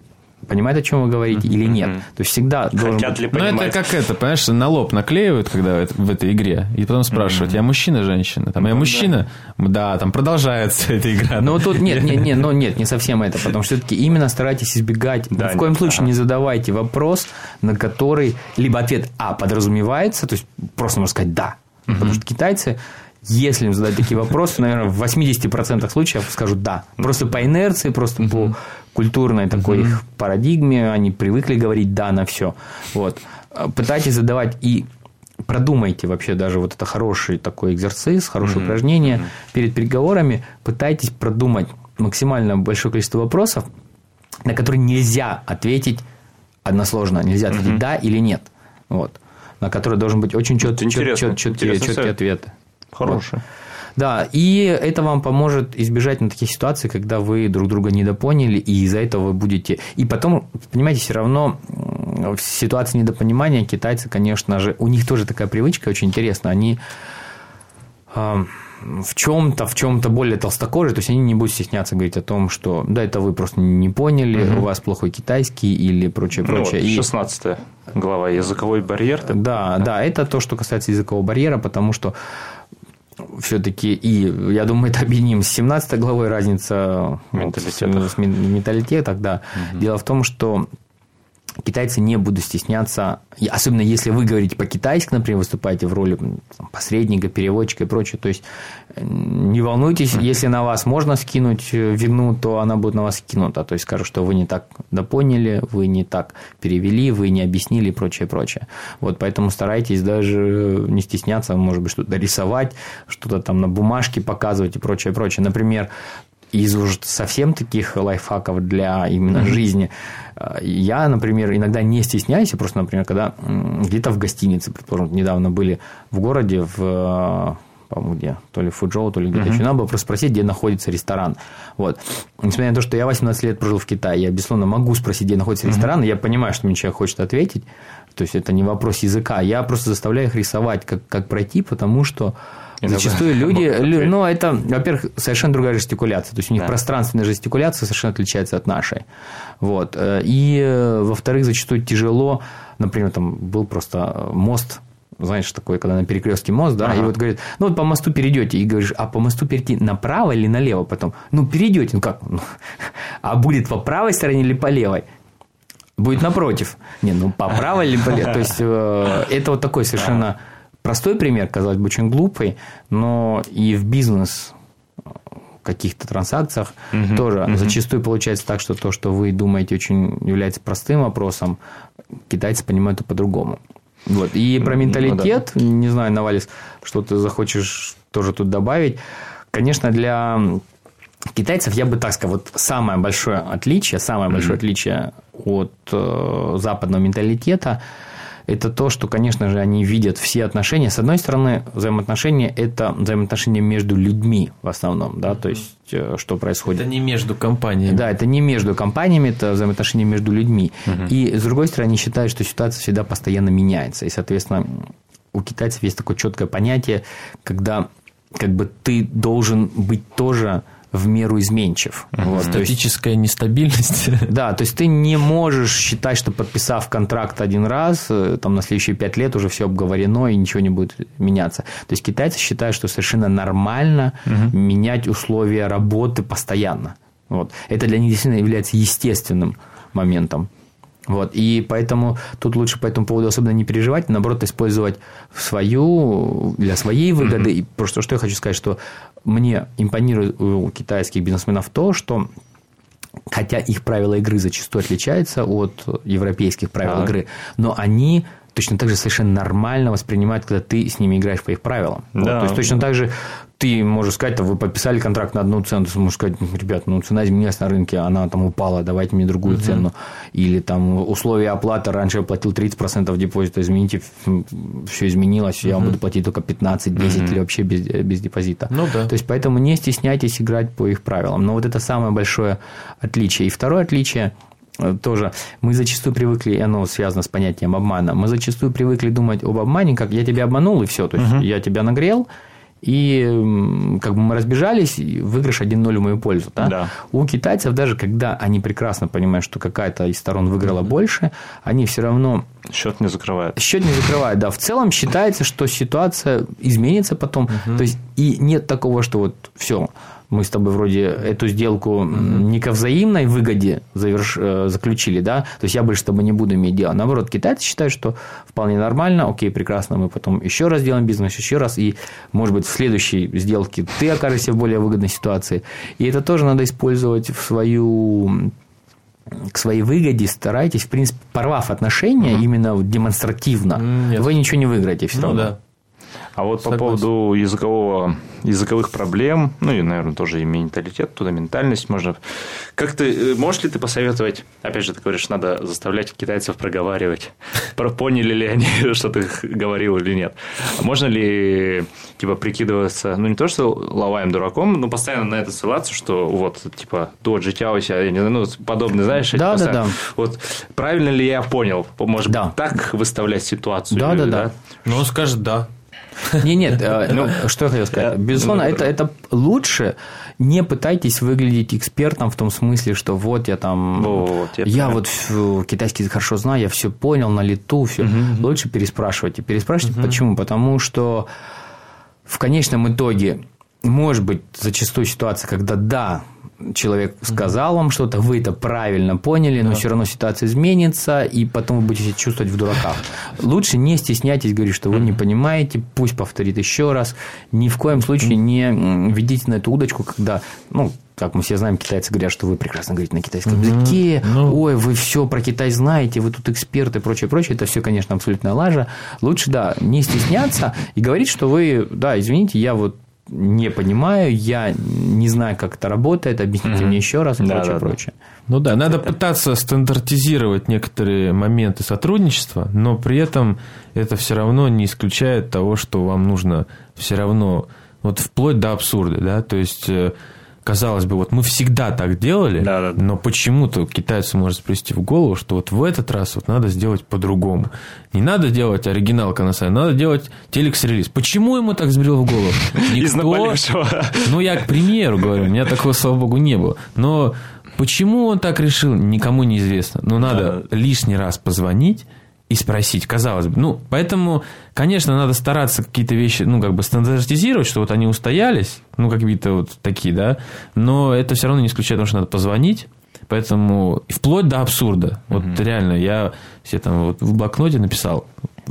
понимает, о чем вы говорите, или нет. То есть всегда должен Хотят быть... ли понимать? Ну, это как это, понимаешь, на лоб наклеивают, когда в этой игре, и потом спрашивают, я мужчина, женщина? Там, я мужчина? Да, там продолжается эта игра. Ну, тут нет, нет, нет, ну, нет, не совсем это, потому что все-таки именно старайтесь избегать, Да, ни в коем нет, случае ага. не задавайте вопрос, на который либо ответ А подразумевается, то есть просто можно сказать «да», потому что китайцы... Если им задать такие вопросы, наверное, в восемьдесят процентов случаев скажут «да». Просто по инерции, просто по культурной такой их парадигме они привыкли говорить «да» на все. Вот. Пытайтесь задавать и продумайте вообще даже вот это хороший такой экзерсис, хорошее mm-hmm. упражнение mm-hmm. перед переговорами. Пытайтесь продумать максимально большое количество вопросов, на которые нельзя ответить односложно. Нельзя ответить mm-hmm. «да» или «нет». Вот. На которые должен быть очень чет, чет, чет, четкие, четкие ответы. Хороший. Вот. Да, и это вам поможет избежать на таких ситуаций, когда вы друг друга недопоняли, и из-за этого вы будете... И потом, понимаете, все равно в ситуации недопонимания китайцы, конечно же, у них тоже такая привычка очень интересная. Они э, в чем-то, в чем-то более толстокожие, то есть они не будут стесняться говорить о том, что да, это вы просто не поняли, угу. у вас плохой китайский или прочее, прочее. Ну, вот, шестнадцатая глава «Языковой барьер». Да, да, да, это то, что касается языкового барьера, потому что все-таки, и я думаю, это объединим с семнадцатой главой, разница в менталитетах, да. Угу. Дело в том, что китайцы не будут стесняться, особенно если вы говорите по-китайски, например, выступаете в роли посредника, переводчика и прочее, то есть не волнуйтесь, если на вас можно скинуть вину, то она будет на вас скинута, то есть скажут, что вы не так допоняли, вы не так перевели, вы не объяснили и прочее, прочее. Вот, поэтому старайтесь даже не стесняться, может быть, что-то рисовать, что-то там на бумажке показывать и прочее, прочее. Например, из уж совсем таких лайфхаков для именно mm-hmm. жизни. Я, например, иногда не стесняюсь, просто, например, когда где-то в гостинице, предположим, недавно были в городе, в, по-моему, где, то ли в Фуджоу, то ли где-то mm-hmm. еще, надо было просто спросить, где находится ресторан. Вот. Несмотря на то, что я восемнадцать лет прожил в Китае, я, безусловно, могу спросить, где находится mm-hmm. ресторан, и я понимаю, что мне человек хочет ответить, то есть это не вопрос языка, я просто заставляю их рисовать, как, как пройти, потому что зачастую люди, лю, ну, это, во-первых, совершенно другая жестикуляция, то есть у них да. пространственная жестикуляция совершенно отличается от нашей. Вот. И, во-вторых, зачастую тяжело, например, там был просто мост, знаешь, такой, когда на перекрестке мост, да, ага. и вот говорит, ну, вот по мосту перейдете, и говоришь, а по мосту перейти направо или налево потом? Ну, перейдете, ну, как? А будет по правой стороне или по левой? Будет напротив. Не, ну, по правой или по левой? То есть, это вот такой совершенно... Простой пример, казалось бы, очень глупый, но и в бизнес каких-то транзакциях uh-huh, тоже uh-huh. зачастую получается так, что то, что вы думаете, очень является простым вопросом, китайцы понимают это по-другому. Вот. И про менталитет, ну, да. не знаю, Навалис, что ты захочешь тоже тут добавить. Конечно, для китайцев, я бы так сказал, вот самое большое отличие, самое uh-huh. большое отличие от э, западного менталитета – это то, что, конечно же, они видят все отношения. С одной стороны, взаимоотношения – это взаимоотношения между людьми в основном, да, то есть, что происходит. Это не между компаниями. Да, это не между компаниями, это взаимоотношения между людьми. Угу. И, с другой стороны, они считают, что ситуация всегда постоянно меняется. И, соответственно, у китайцев есть такое четкое понятие, когда как бы ты должен быть тоже в меру изменчив. Uh-huh. Вот, статическая есть, нестабильность. Да, то есть ты не можешь считать, что подписав контракт один раз, там на следующие пять лет уже все обговорено и ничего не будет меняться. То есть китайцы считают, что совершенно нормально uh-huh. менять условия работы постоянно. Вот. Это для них действительно является естественным моментом. Вот. И поэтому тут лучше по этому поводу особенно не переживать, наоборот, использовать свою, для своей выгоды. Mm-hmm. И просто что я хочу сказать, что мне импонирует у китайских бизнесменов то, что хотя их правила игры зачастую отличаются от европейских правил а. игры, но они точно так же совершенно нормально воспринимают, когда ты с ними играешь по их правилам. Да. Вот. То есть точно так же ты можешь сказать, вы подписали контракт на одну цену, ты можешь сказать, ребят, ну цена изменилась на рынке, она там упала, давайте мне другую угу. цену. Или там условия оплаты, раньше я платил тридцать процентов депозита, измените, все изменилось, угу. я вам буду платить только пятнадцать-десять угу. или вообще без, без депозита. Ну, да. То есть поэтому не стесняйтесь играть по их правилам. Но вот это самое большое отличие. И второе отличие тоже мы зачастую привыкли, и оно связано с понятием обмана, мы зачастую привыкли думать об обмане, как я тебя обманул, и все, то есть uh-huh. я тебя нагрел, и как бы мы разбежались, и выигрыш один ноль в мою пользу. Да? Да. У китайцев даже, когда они прекрасно понимают, что какая-то из сторон выиграла mm-hmm. больше, они все равно... Счет не закрывают. Счет не закрывают, да. В целом считается, что ситуация изменится потом. Mm-hmm. То есть, и нет такого, что вот все... Мы с тобой вроде эту сделку mm-hmm. не ко взаимной выгоде заверш... заключили, да, то есть я больше с тобой не буду иметь дела. Наоборот, китайцы считают, что вполне нормально, окей, прекрасно, мы потом еще раз делаем бизнес, еще раз, и, может быть, в следующей сделке ты окажешься в более выгодной ситуации. И это тоже надо использовать в свою... к своей выгоде, старайтесь, в принципе, порвав отношения mm-hmm. именно демонстративно, mm-hmm. вы ничего не выиграете все ну, равно. Да. А вот Согласен. По поводу языкового, языковых проблем, ну и, наверное, тоже и менталитет, туда ментальность можно. Как ты, можешь ли ты посоветовать, опять же, ты говоришь, надо заставлять китайцев проговаривать, поняли ли они, что ты говорил или нет? Можно ли, типа, прикидываться, ну не то, что лаваем дураком, но постоянно на это ссылаться, что вот, типа, доджи тяося, ну, подобное, знаешь? Да, да, да. Вот, правильно ли я понял? Может быть, да. так выставлять ситуацию? Да, или, да, да, да. Ну, он скажет «да». Не, нет, ну, что я хотел сказать. Безусловно, это, это лучше. Не пытайтесь выглядеть экспертом в том смысле, что вот я там... Вот, я я вот китайский хорошо знаю, я все понял на лету, все. Угу. Лучше переспрашивайте. Переспрашивайте. Угу. Почему? Потому что в конечном итоге может быть зачастую ситуация, когда да, человек сказал вам что-то, вы это правильно поняли, но да. все равно ситуация изменится, и потом вы будете себя чувствовать в дураках. Лучше не стесняйтесь говорить, что вы не понимаете, пусть повторит еще раз. Ни в коем случае не ведите на эту удочку, когда, ну, как мы все знаем, китайцы говорят, что вы прекрасно говорите на китайском mm-hmm. языке, ну... ой, вы все про Китай знаете, вы тут эксперты и прочее, прочее. Это все, конечно, абсолютная лажа. Лучше, да, не стесняться и говорить, что вы, да, извините, я вот не понимаю, я не знаю, как это работает, объясните mm-hmm. мне еще раз и да, прочее, да, прочее. Ну да, надо пытаться стандартизировать некоторые моменты сотрудничества, но при этом это все равно не исключает того, что вам нужно все равно, вот вплоть до абсурда, да, то есть... Казалось бы, вот мы всегда так делали, да, да, да. но почему-то китайцу может прийти в голову, что вот в этот раз вот надо сделать по-другому. Не надо делать оригинал Канасай, надо делать телекс-релиз. Почему ему так взбрело в голову? Никто... Из наболевшего. Ну, я к примеру говорю, у меня такого, слава богу, не было. Но почему он так решил, никому не известно. Но надо да. лишний раз позвонить и спросить, казалось бы. Ну, поэтому, конечно, надо стараться какие-то вещи, ну, как бы стандартизировать, что вот они устоялись, ну, какие-то вот такие, да, но это все равно не исключает, потому что надо позвонить, поэтому вплоть до абсурда. Вот mm-hmm. реально, я все там вот в блокноте написал,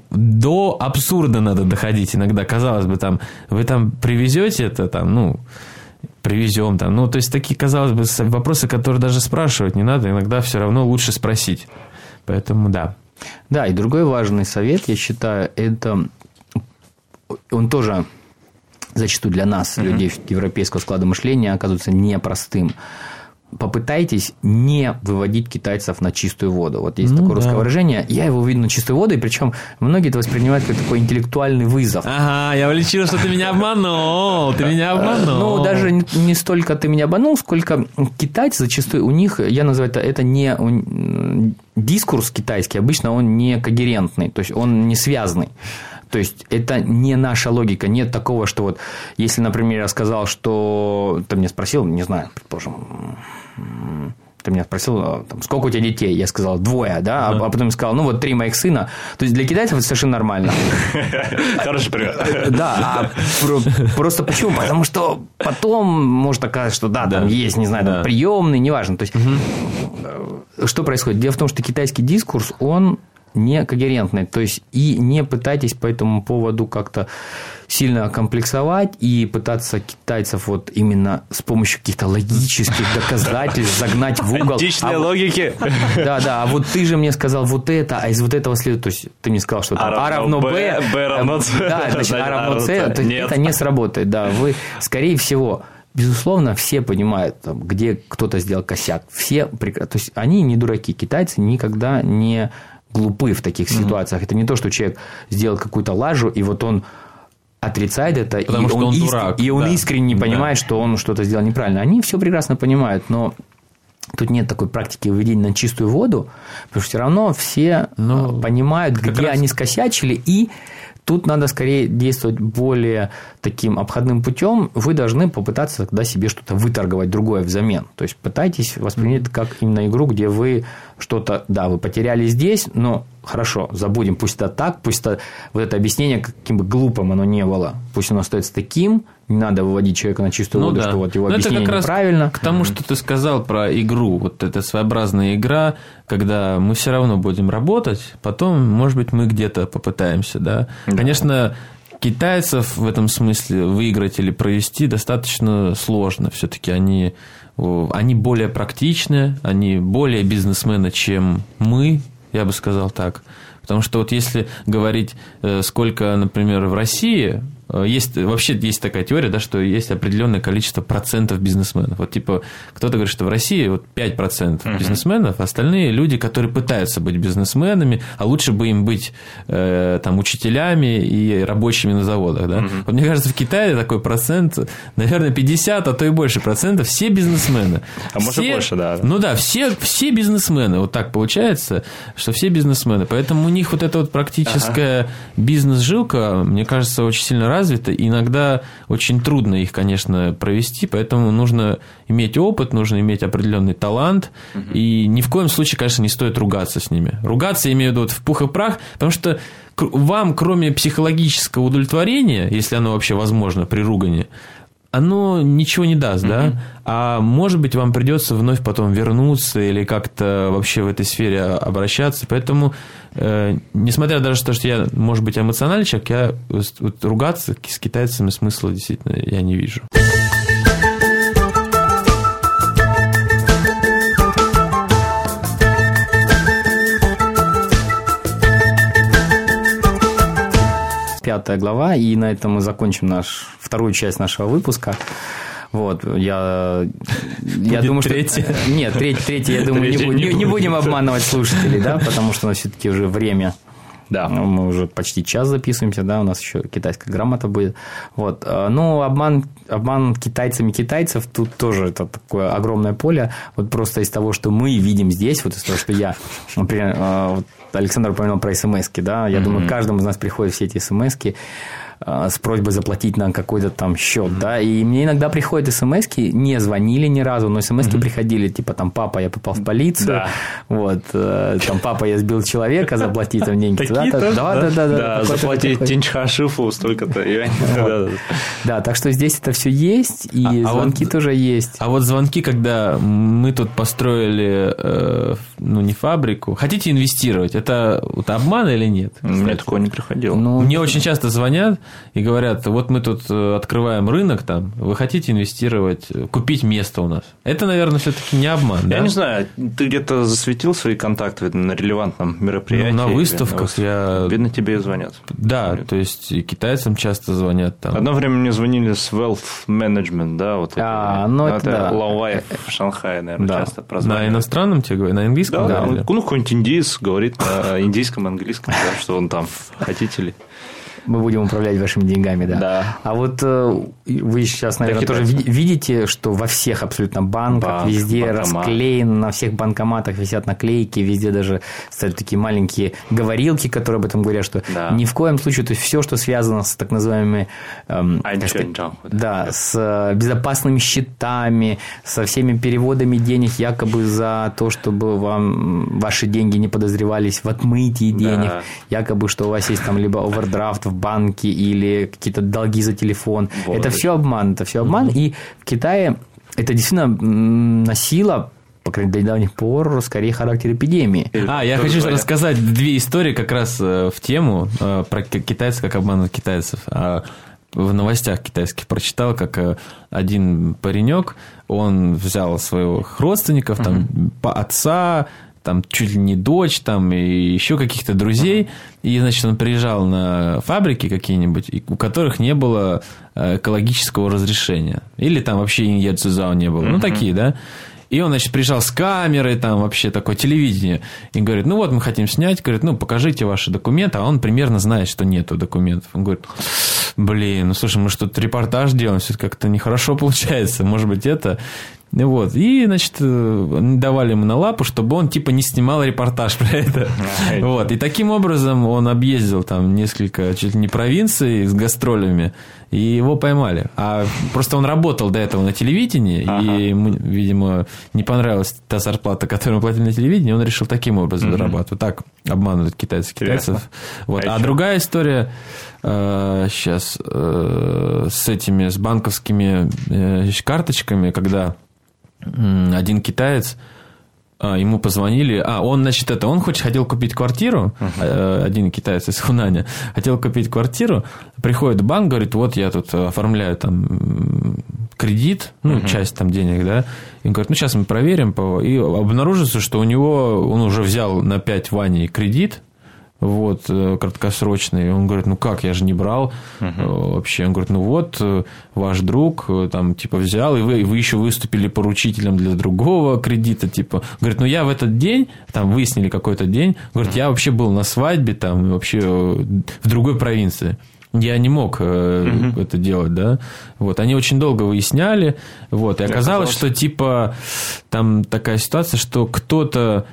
до абсурда надо доходить иногда, казалось бы, там, вы там привезете это, там, ну, привезем там, ну, то есть такие, казалось бы, вопросы, которые даже спрашивать не надо, иногда все равно лучше спросить, поэтому да. Да, и другой важный совет, я считаю, это он тоже зачастую для нас, mm-hmm. людей европейского склада мышления, оказывается непростым. Попытайтесь не выводить китайцев на чистую воду. Вот есть ну, такое да. русское выражение. Я его выведу на чистую воду, и причем многие это воспринимают как такой интеллектуальный вызов. Ага, я влечил, что ты меня обманул. Ты меня обманул. Ну, даже не столько ты меня обманул, сколько китайцы зачастую у них, я называю это, это не дискурс китайский, обычно он не когерентный, то есть он не связанный. То есть, это не наша логика. Нет такого, что вот, если, например, я сказал, что... Ты меня спросил, не знаю, предположим... Ты меня спросил, там, сколько у тебя детей? Я сказал, двое, да? А, а потом сказал, ну, вот три моих сына. То есть, для китайцев это совершенно нормально. Хороший пример. Да, просто почему? Потому что потом может оказаться, что да, там есть, не знаю, приемный, неважно. То есть, что происходит? Дело в том, что китайский дискурс, он... не когерентный, то есть и не пытайтесь по этому поводу как-то сильно комплексовать и пытаться китайцев вот именно с помощью каких-то логических доказательств загнать в угол. Античной а логики. Да, да, а вот ты же мне сказал вот это, а из вот этого следует, то есть ты мне сказал, что там А равно Б, Б равно С, да, значит А равно С, то есть это не сработает, да, вы, скорее всего, безусловно, все понимают, там, где кто-то сделал косяк, все, то есть они не дураки, китайцы никогда не глупы в таких mm-hmm. ситуациях. Это не то, что человек сделал какую-то лажу, и вот он отрицает это, и Потому он, он иск... дурак, и он да. искренне не понимает, да. что он что-то сделал неправильно. Они все прекрасно понимают, но Тут нет такой практики выведения на чистую воду, потому что все равно все ну, понимают, где раз... они скосячили, и тут надо скорее действовать более таким обходным путем. Вы должны попытаться тогда себе что-то выторговать другое взамен. То есть пытайтесь воспринять как именно игру, где вы что-то, да, вы потеряли здесь, но хорошо, забудем, пусть это так, пусть это, вот это объяснение, каким бы глупым оно не было, пусть оно остается таким, не надо выводить человека на чистую ну, воду, да. что вот его но объяснение это как неправильно. Раз к тому, что ты сказал про игру, вот эта своеобразная игра, когда мы все равно будем работать, потом, может быть, мы где-то попытаемся, да. да. Конечно, китайцев в этом смысле выиграть или провести достаточно сложно. Все-таки они, они более практичны, они более бизнесмены, чем мы, я бы сказал так. Потому что вот если говорить, сколько, например, в России, есть, вообще есть такая теория, да, что есть определенное количество процентов бизнесменов. Вот типа кто-то говорит, что в России вот пять процентов uh-huh. бизнесменов, остальные люди, которые пытаются быть бизнесменами, а лучше бы им быть э, там, учителями и рабочими на заводах. Да? Uh-huh. Вот мне кажется, в Китае такой процент, наверное, пятьдесят, а то и больше процентов, все бизнесмены. А все, может больше, да. Ну да, все, все бизнесмены. Вот так получается, что все бизнесмены. Поэтому у них вот эта вот практическая uh-huh. бизнес-жилка, мне кажется, очень сильно развита. Иногда очень трудно их, конечно, провести, поэтому нужно иметь опыт, нужно иметь определенный талант, угу. и ни в коем случае, конечно, не стоит ругаться с ними. Ругаться, я имею в виду, вот в пух и прах, потому что вам, кроме психологического удовлетворения, если оно вообще возможно при ругани, оно ничего не даст, mm-hmm. да? А может быть, вам придется вновь потом вернуться или как-то вообще в этой сфере обращаться. Поэтому, э, несмотря даже на то, что я, может быть, эмоциональный человек, я вот, ругаться с китайцами смысла действительно я не вижу. Пятая глава, и на этом мы закончим наш, вторую часть нашего выпуска. Вот, я, я думаю, третья. что... Нет, третья, третья я думаю, не, не, не будем обманывать слушателей, да, потому что у нас все-таки уже время. Да. Мы уже почти час записываемся, да, у нас еще китайская грамота будет. Вот. Ну, обман, обман китайцами китайцев, тут тоже это такое огромное поле. Вот просто из того, что мы видим здесь, вот из того, что я, например, вот Александр упомянул про смс-ки, да, я mm-hmm. думаю, каждому из нас приходят все эти смс-ки с просьбой заплатить на какой-то там счет, mm-hmm. да, и мне иногда приходят смс-ки, не звонили ни разу, но смс-ки mm-hmm. приходили, типа, там, папа, я попал в полицию, да. вот, там, папа, я сбил человека, заплати там деньги. Да, да, да, да, заплати Тинчха Шифу столько-то. Да, так что здесь это все есть, и звонки тоже есть. А вот звонки, когда мы тут построили, ну, не фабрику, хотите инвестировать, это обман или нет? Мне такого не приходило. Мне очень часто звонят и говорят, вот мы тут открываем рынок, там, вы хотите инвестировать, купить место у нас. Это, наверное, все-таки не обман, я да? Я не знаю, ты где-то засветил свои контакты на релевантном мероприятии? Ну, на выставках я... Бедно тебе звонят. Да, то есть и китайцам часто звонят там. Одно время мне звонили с Wealth Management, да, вот а, это. Ну, это, это Лаовай в Шанхае, наверное, да. часто прозванивали. На иностранном тебе говорят, на английском? Да, да. Ну, какой-нибудь индиец говорит на индийском, английском, да, что он там, хотите ли. Мы будем управлять вашими деньгами, да. да. А вот вы сейчас, наверное, тоже видите, что во всех абсолютно банках, Банк, везде банкомат. Расклеено, на всех банкоматах висят наклейки, везде даже стоят такие маленькие говорилки, которые об этом говорят, что да. ни в коем случае, то есть все, что связано с так называемыми эм, сказать, да, с безопасными счетами, со всеми переводами денег, якобы за то, чтобы вам ваши деньги не подозревались в отмытии денег, да. якобы, что у вас есть там либо овердрафт в банке или какие-то долги за телефон. Вот это все обман, это все обман. Угу. И в Китае это действительно носило, по крайней мере, до недавних пор, скорее характер эпидемии. А, я хочу говорят. рассказать две истории как раз в тему про китайцев, как обманывают китайцев. В новостях китайских прочитал, как один паренек, он взял своих родственников, угу. там, по отца, там чуть ли не дочь, там, и еще каких-то друзей. И, значит, он приезжал на фабрики какие-нибудь, у которых не было экологического разрешения. Или там вообще иньецзао не было. Mm-hmm. Ну, такие, да. И он, значит, приезжал с камерой, там вообще такое телевидение. И говорит, ну, вот мы хотим снять. Говорит, ну, покажите ваши документы. А он примерно знает, что нету документов. Он говорит, блин, ну, слушай, мы что-то репортаж делаем, все как-то нехорошо получается. Может быть, это... Вот. И, значит, давали ему на лапу, чтобы он, типа, не снимал репортаж про это. Вот. И таким образом он объездил там несколько, чуть ли не провинций с гастролями, и его поймали. А просто он работал до этого на телевидении, ага. и ему, видимо, не понравилась та зарплата, которую ему платили на телевидении, он решил таким образом угу. зарабатывать. Так обманывают китайцев китайцев. Вот. А, а другая история э, сейчас э, с этими, с банковскими э, карточками, когда один китаец, ему позвонили, а он, значит, это, он хоть хотел купить квартиру, uh-huh. один китаец из Хунаня, хотел купить квартиру, приходит в банк, говорит, вот я тут оформляю там кредит, ну, uh-huh. часть там денег, да, и говорит, ну, сейчас мы проверим, и обнаружится, что у него, он уже взял на пять ваней кредит, вот, краткосрочный. Он говорит, ну как, я же не брал uh-huh. вообще. Он говорит, ну вот, ваш друг там, типа, взял, и вы, вы еще выступили поручителем для другого кредита, типа. Говорит, ну я в этот день, там, выяснили какой-то день, говорит, uh-huh. я вообще был на свадьбе, там, вообще в другой провинции. Я не мог uh-huh. это делать, да. Вот, они очень долго выясняли, вот, и оказалось, что, типа, там такая ситуация, что кто-то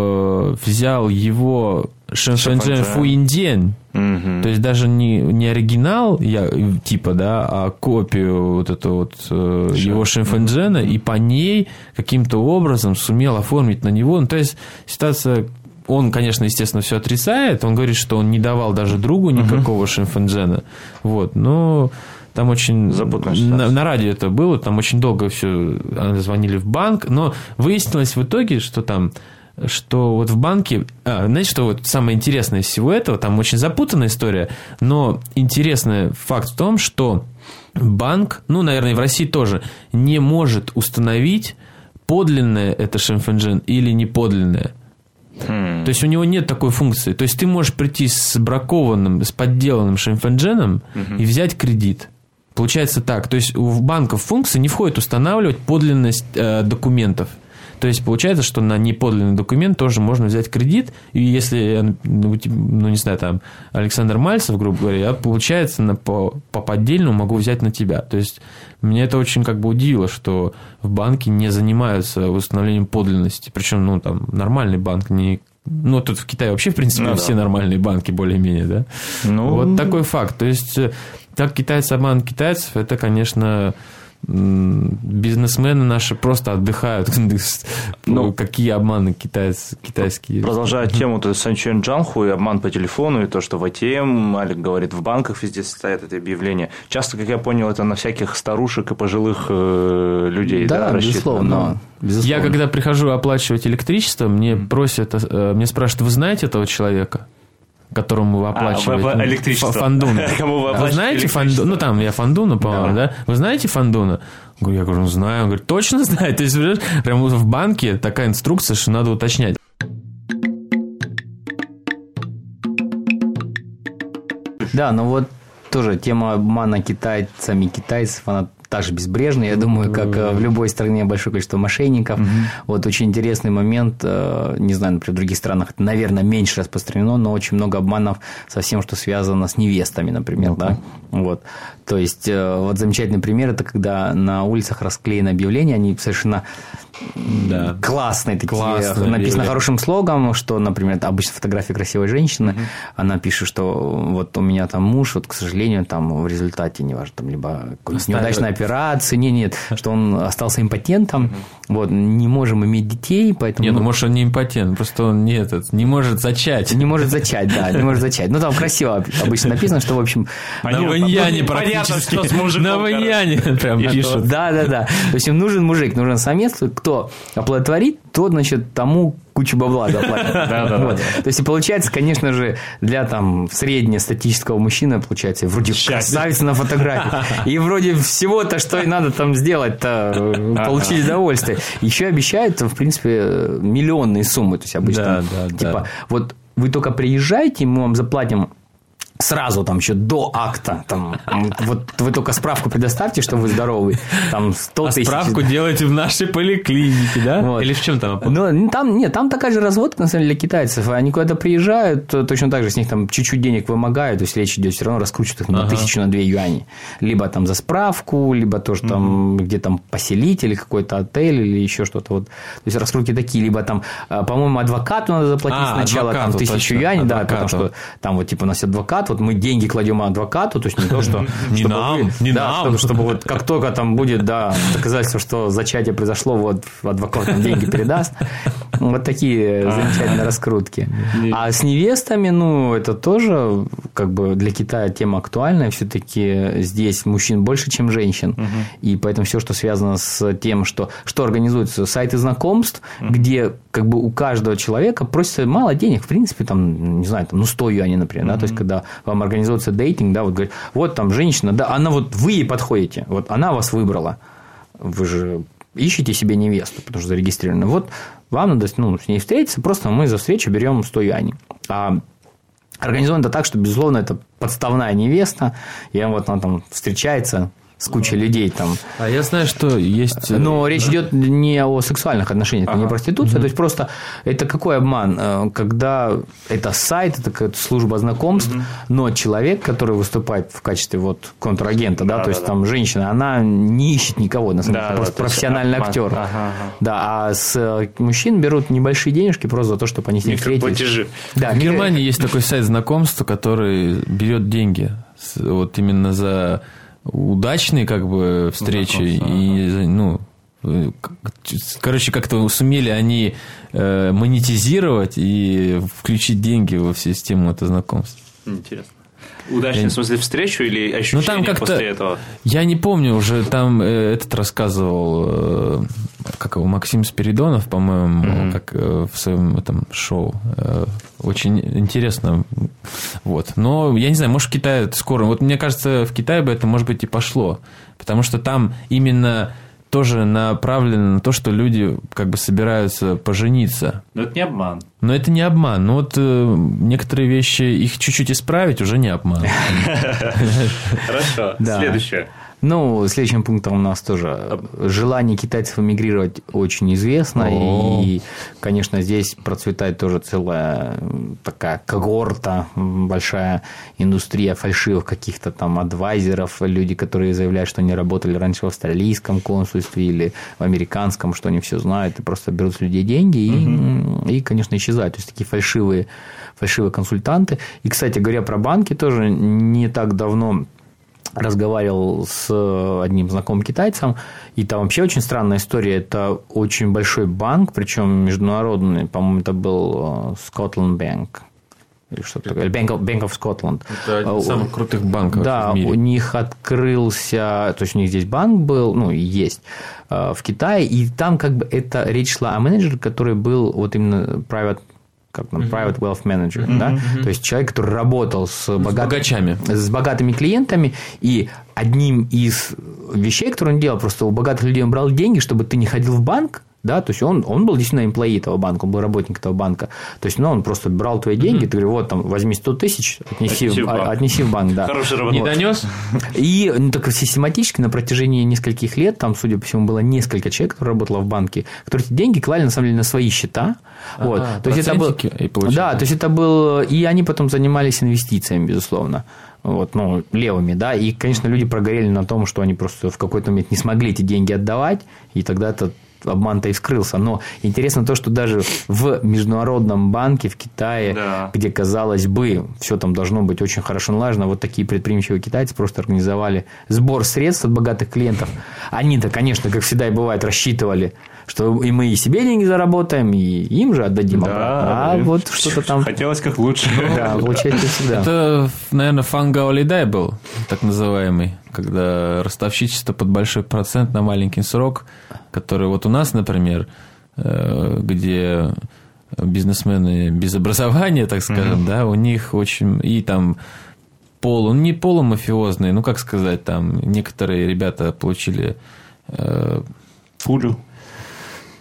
э, взял его Шэньфэнчжэн Фуиндянь, угу. то есть даже не, не оригинал, я, типа, да, а копию вот эту вот э, его Шэньфэнчжэна, угу. и по ней каким-то образом сумел оформить на него. Ну, то есть ситуация, он, конечно, естественно, все отрицает, он говорит, что он не давал даже другу никакого угу. Шэньфэнчжэна, вот, но там очень на, на радио это было, там очень долго все звонили в банк, но выяснилось в итоге, что там что вот в банке... А, знаете, что вот самое интересное из всего этого, там очень запутанная история, но интересный факт в том, что банк, ну, наверное, в России тоже, не может установить, подлинное это Шэньфэнчжэн или не подлинное. Hmm. То есть, у него нет такой функции. То есть, ты можешь прийти с бракованным, с подделанным Шэньфэнчжэном uh-huh. и взять кредит. Получается так. То есть, в банков функции не входит устанавливать подлинность э, документов. То есть, получается, что на неподлинный документ тоже можно взять кредит, и если, ну, не знаю, там, Александр Мальцев, грубо говоря, я, получается, на, по, по поддельному могу взять на тебя. То есть, меня это очень как бы удивило, что в банке не занимаются установлением подлинности. Причем, ну, там, нормальный банк, не... Ну, тут в Китае вообще, в принципе, ну, все да. нормальные банки, более-менее, да? Ну... Вот такой факт. То есть, так китайцы обманывают китайцев, это, конечно... Бизнесмены наши просто отдыхают. Ну, какие обманы китайцы, китайские. Продолжая тему Санчуэн Джанху и обман по телефону, и то, что в эй ти эм, Алик говорит, в банках везде стоят это объявления. Часто, как я понял, это на всяких старушек и пожилых э, людей. Да, да, безусловно. безусловно. Я, когда прихожу оплачивать электричество, мне mm. просят, э, мне спрашивают, вы знаете этого человека? Которому вы оплачиваете а, электричество. Фандуна. Кому вы, вы знаете Фандуна? Ну, там я Фандуна, по-моему, да. да? Вы знаете Фандуна? Я говорю, ну, знаю. Он говорит, точно знаю? То есть, прямо в банке такая инструкция, что надо уточнять. Да, ну вот тоже тема обмана китайцами китайцев, она также безбрежная, я думаю, как в любой стране большое количество мошенников. Угу. Вот очень интересный момент, не знаю, например, в других странах это, наверное, меньше распространено, но очень много обманов со всем, что связано с невестами, например, угу. да, вот. То есть, вот замечательный пример, это когда на улицах расклеены объявления, они совершенно да. классные такие, классные, написано или... хорошим слогом, что, например, обычно фотография красивой женщины, угу. она пишет, что вот у меня там муж, вот, к сожалению, там в результате, неважно, там, либо неудачная операции, нет, нет, что он остался импотентом, угу. вот, не можем иметь детей, поэтому... Нет, ну, может, он не импотент, просто он не, этот, не может зачать. Не может зачать, да, не может зачать. Ну, там красиво обычно написано, что, в общем... На ваньяне практически. На ваньяне прям пишут. Да, да, да. То есть, им нужен мужик, нужен самец, кто оплодотворит, тот, значит, тому кучу бабла заплатит. Вот. То есть, и получается, конечно же, для там среднестатистического мужчины, получается, вроде красавица на фотографии, и вроде всего-то, что и надо там сделать-то, получить удовольствие. Еще обещают, в принципе, миллионные суммы. То есть, обычно, типа, вот вы только приезжайте, мы вам заплатим сразу там еще до акта, там, вот вы только справку предоставьте, что вы здоровый, там сто тысяч. А справку делайте в нашей поликлинике, да? Вот. Или в чем там? Ну, там, нет, там такая же разводка, на самом деле, для китайцев. Они куда-то приезжают, точно так же с них там чуть-чуть денег вымогают, то есть речь идет, все равно раскручивают их на ага. тысячу, на две юани. Либо там за справку, либо то, что там, угу. где там поселить, или какой-то отель, или еще что-то. Вот. То есть раскрутки такие, либо там, по-моему, адвокату надо заплатить а, сначала там, тысячу юаней, да, потому что там вот типа у нас адвокат, вот мы деньги кладем адвокату, то есть не то, что... Не нам, не нам. Чтобы вот как только там будет, да, доказательство, что зачатие произошло, вот адвокат нам деньги передаст. Вот такие замечательные раскрутки. А с невестами, ну, это тоже как бы для Китая тема актуальная. Все-таки здесь мужчин больше, чем женщин. И поэтому все, что связано с тем, что, что организуются сайты знакомств, где как бы у каждого человека просится мало денег, в принципе, там, не знаю, там, ну, сто юаней, например, да, то есть, когда вам организуется дейтинг, да, вот говорит, вот там женщина, да, она вот, вы ей подходите, вот она вас выбрала, вы же ищете себе невесту, потому что зарегистрированы, вот вам надо, ну, с ней встретиться, просто мы за встречу берем сто юаней. А организовано это так, что, безусловно, это подставная невеста, и вот она там встречается с кучей людей там. А я знаю, что есть... Но да. речь идет не о сексуальных отношениях, ага. это не проституция. Угу. То есть, просто это какой обман? Когда это сайт, это какая-то служба знакомств, угу. но человек, который выступает в качестве вот контрагента, да, да, то есть, да, там да. женщина, она не ищет никого, на самом деле, да, просто да, профессиональный актер. Ага, ага. Да, а с мужчин берут небольшие денежки просто за то, чтобы они с ним встретились. Да, в Германии есть такой сайт знакомств, который берет деньги вот именно за... удачные как бы встречи и ну короче как-то сумели они э, монетизировать и включить деньги во всю систему это знакомств. Интересно. Удачный, я... в смысле, встречу или ощущение ну, там как-то... после этого? Я не помню, уже там э, этот рассказывал, э, как его, Максим Спиридонов, по-моему, mm-hmm. как э, в своем этом шоу. Э, очень интересно. Вот. Но я не знаю, может, в Китае скоро... Вот мне кажется, в Китае бы это, может быть, и пошло. Потому что там именно... тоже направлено на то, что люди как бы собираются пожениться. Но это не обман. Но это не обман. Но вот э, некоторые вещи, их чуть-чуть исправить, уже не обман. Хорошо. Следующее. Ну, следующим пунктом у нас тоже желание китайцев эмигрировать очень известно. О-о-о. И, конечно, здесь процветает тоже целая такая когорта, большая индустрия фальшивых каких-то там адвайзеров, люди, которые заявляют, что они работали раньше в австралийском консульстве или в американском, что они все знают, и просто берут с людей деньги и, угу. и конечно, исчезают. То есть, такие фальшивые, фальшивые консультанты. И, кстати говоря, про банки тоже не так давно... разговаривал с одним знакомым китайцем, и там вообще очень странная история. Это очень большой банк, причем международный, по-моему, это был Scotland Bank. Или что-то такое. Bank of, Bank of Scotland. Это один из самых крутых банков да, в мире. Да, у них открылся, то есть у них здесь банк был, ну, и есть в Китае, и там как бы это речь шла о менеджере, который был вот именно private как там, private wealth manager, uh-huh. да? Uh-huh. То есть человек, который работал с, с богат... богачами, с богатыми клиентами, и одним из вещей, которые он делал, просто у богатых людей он брал деньги, чтобы ты не ходил в банк, да, то есть он, он был действительно эмплои этого банка, он был работник этого банка, то есть, ну, он просто брал твои деньги, uh-huh. ты говоришь, вот там, возьми сто тысяч, отнеси, отнеси, в, банк. отнеси в банк, да. Хороший работник. Не донес? И ну, так систематически на протяжении нескольких лет, там, судя по всему, было несколько человек, которые работало в банке, которые эти деньги клали, на самом деле, на свои счета, ага, вот, то есть, это был, да, то есть, это был, и они потом занимались инвестициями, безусловно. Вот, ну, левыми, да, и, конечно, люди прогорели на том, что они просто в какой-то момент не смогли эти деньги отдавать, и тогда это обман-то и вскрылся. Но интересно то, что даже в международном банке в Китае, да. где, казалось бы, все там должно быть очень хорошо налажено, вот такие предприимчивые китайцы просто организовали сбор средств от богатых клиентов. Они-то, конечно, как всегда и бывает, рассчитывали, что и мы и себе деньги заработаем, и им же отдадим да, обратно. А вот что-то там... Хотелось как лучше. Да, получается всегда. Это, наверное, фангаолидай был, так называемый, когда ростовщичество под большой процент на маленький срок, который вот у нас, например, где бизнесмены без образования, так скажем, mm-hmm. да, у них очень... И там полу... Не полумафиозные, ну, как сказать, там некоторые ребята получили... Пулю.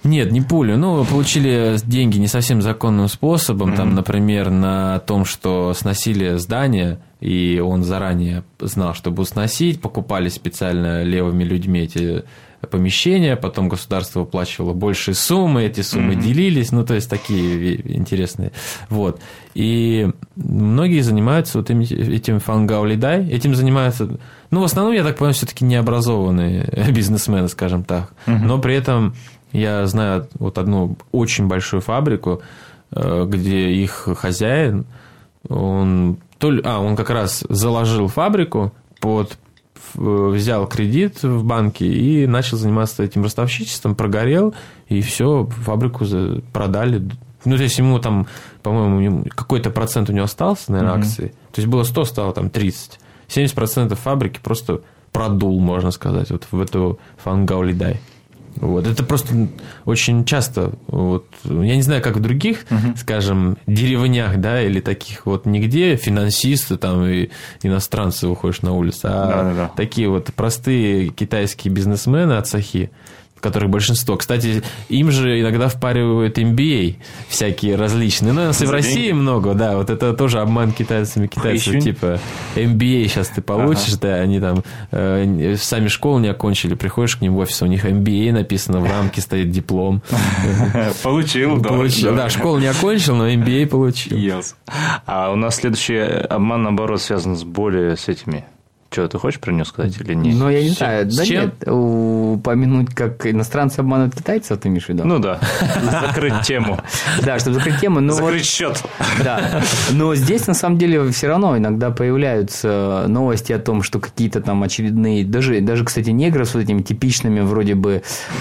Нет, не пулю. Ну, получили деньги не совсем законным способом. Mm-hmm. Там, например, на том, что сносили здание, и он заранее знал, что будут сносить, покупали специально левыми людьми эти помещения, потом государство выплачивало большие суммы, эти суммы mm-hmm. делились, ну, то есть, такие интересные. Вот. И многие занимаются вот этим фангаулидай, этим занимаются, ну, в основном, я так понимаю, все-таки необразованные бизнесмены, скажем так, mm-hmm. но при этом я знаю вот одну очень большую фабрику, где их хозяин, он, то ли, а, он как раз заложил фабрику под... взял кредит в банке и начал заниматься этим ростовщичеством, прогорел, и все, фабрику продали. Ну, то есть, ему там, по-моему, какой-то процент у него остался, наверное, mm-hmm. акций. То есть, было сто, стало там тридцать. семьдесят процентов фабрики просто продул, можно сказать, вот в эту фангаулидай. Вот. Это просто очень часто, вот, я не знаю, как в других, uh-huh. скажем, деревнях, да, или таких вот нигде финансисты там и иностранцы выходишь на улицу, а Да-да-да. такие вот простые китайские бизнесмены, ацахи, которых большинство. Кстати, им же иногда впаривают эм би эй всякие различные. Ну, у нас и в России деньги? много, да. Вот это тоже обман китайцами. Китайцев, Хищень. типа, эм би эй сейчас ты получишь, ага. да, они там э, сами школу не окончили, приходишь к ним в офис, у них эм би эй написано, в рамке стоит диплом. Получил, да. Получил, да, школу не окончил, но эм би эй получил. А у нас следующий обман, наоборот, связан с более с этими... Что, ты хочешь про него сказать или нет? Ну, я не знаю. Да нет, упомянуть, как иностранцы обманывают китайцев, ты имеешь в виду? Ну, да. Закрыть тему. Да, чтобы закрыть тему. Закрыть счет. Да. Но здесь, на самом деле, все равно иногда появляются новости о том, что какие-то там очередные... Даже, даже кстати, негры с вот этими типичными вроде бы...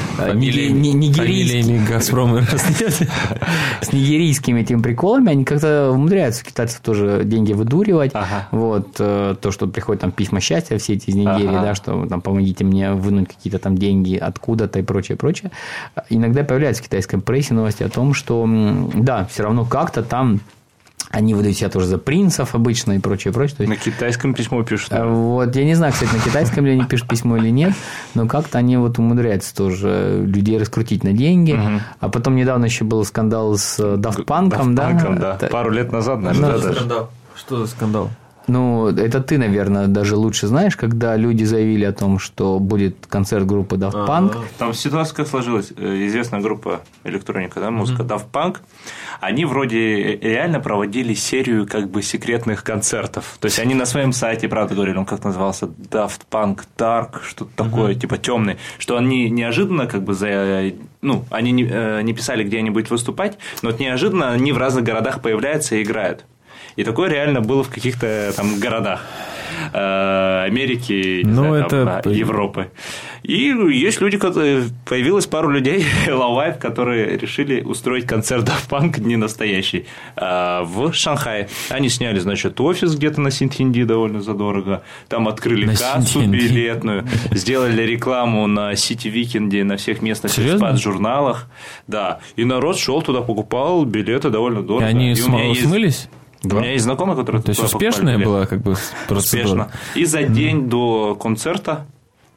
Фамилиями «Газпрома». С нигерийскими этими приколами, они как-то умудряются китайцев тоже деньги выдуривать. Вот. То, что приходят там письма счастья, все эти из Нигерии, ага. да, что там помогите мне вынуть какие-то там деньги откуда-то и прочее, прочее. Иногда появляются в китайской прессе новости о том, что да, все равно как-то там они выдают себя тоже за принцев обычно и прочее, прочее. На китайском письмо пишут. Да? Вот, я не знаю, кстати, на китайском ли они пишут письмо или нет, но как-то они вот умудряются тоже людей раскрутить на деньги. Угу. А потом недавно еще был скандал с Daft Punk, Daft да? Punk, да. Это... Пару лет назад, наверное, ну, да, даже. Скандал. Что за скандал? Ну, это ты, наверное, даже лучше знаешь, когда люди заявили о том, что будет концерт группы Daft Punk. А-а-а. Там ситуация как сложилась. Известная группа электроника, да, музыка, mm-hmm. Daft Punk. Они вроде реально проводили серию как бы секретных концертов. То есть, они на своем сайте, правда, говорили, он как назывался, Daft Punk Dark, что-то mm-hmm. такое, типа темный, что они неожиданно как бы за... Ну, они не, не писали, где они будут выступать, но вот неожиданно они в разных городах появляются и играют. И такое реально было в каких-то там городах Америки, не знаю, это... там, Европы. И есть люди, которые... Появилось пару людей, лавайф, которые решили устроить концерт Daft Punk не настоящий в Шанхае. Они сняли, значит, офис где-то на Синтинди довольно задорого. Там открыли на кассу Синтинди. билетную, сделали рекламу на Сити Викенде, на всех местных спад-журналах. Да. И народ шел туда, покупал билеты довольно дорого. И они и смылись? Да. У меня есть знакомый, который... То есть, успешная была как бы процедура? Успешно. И за день mm-hmm. до концерта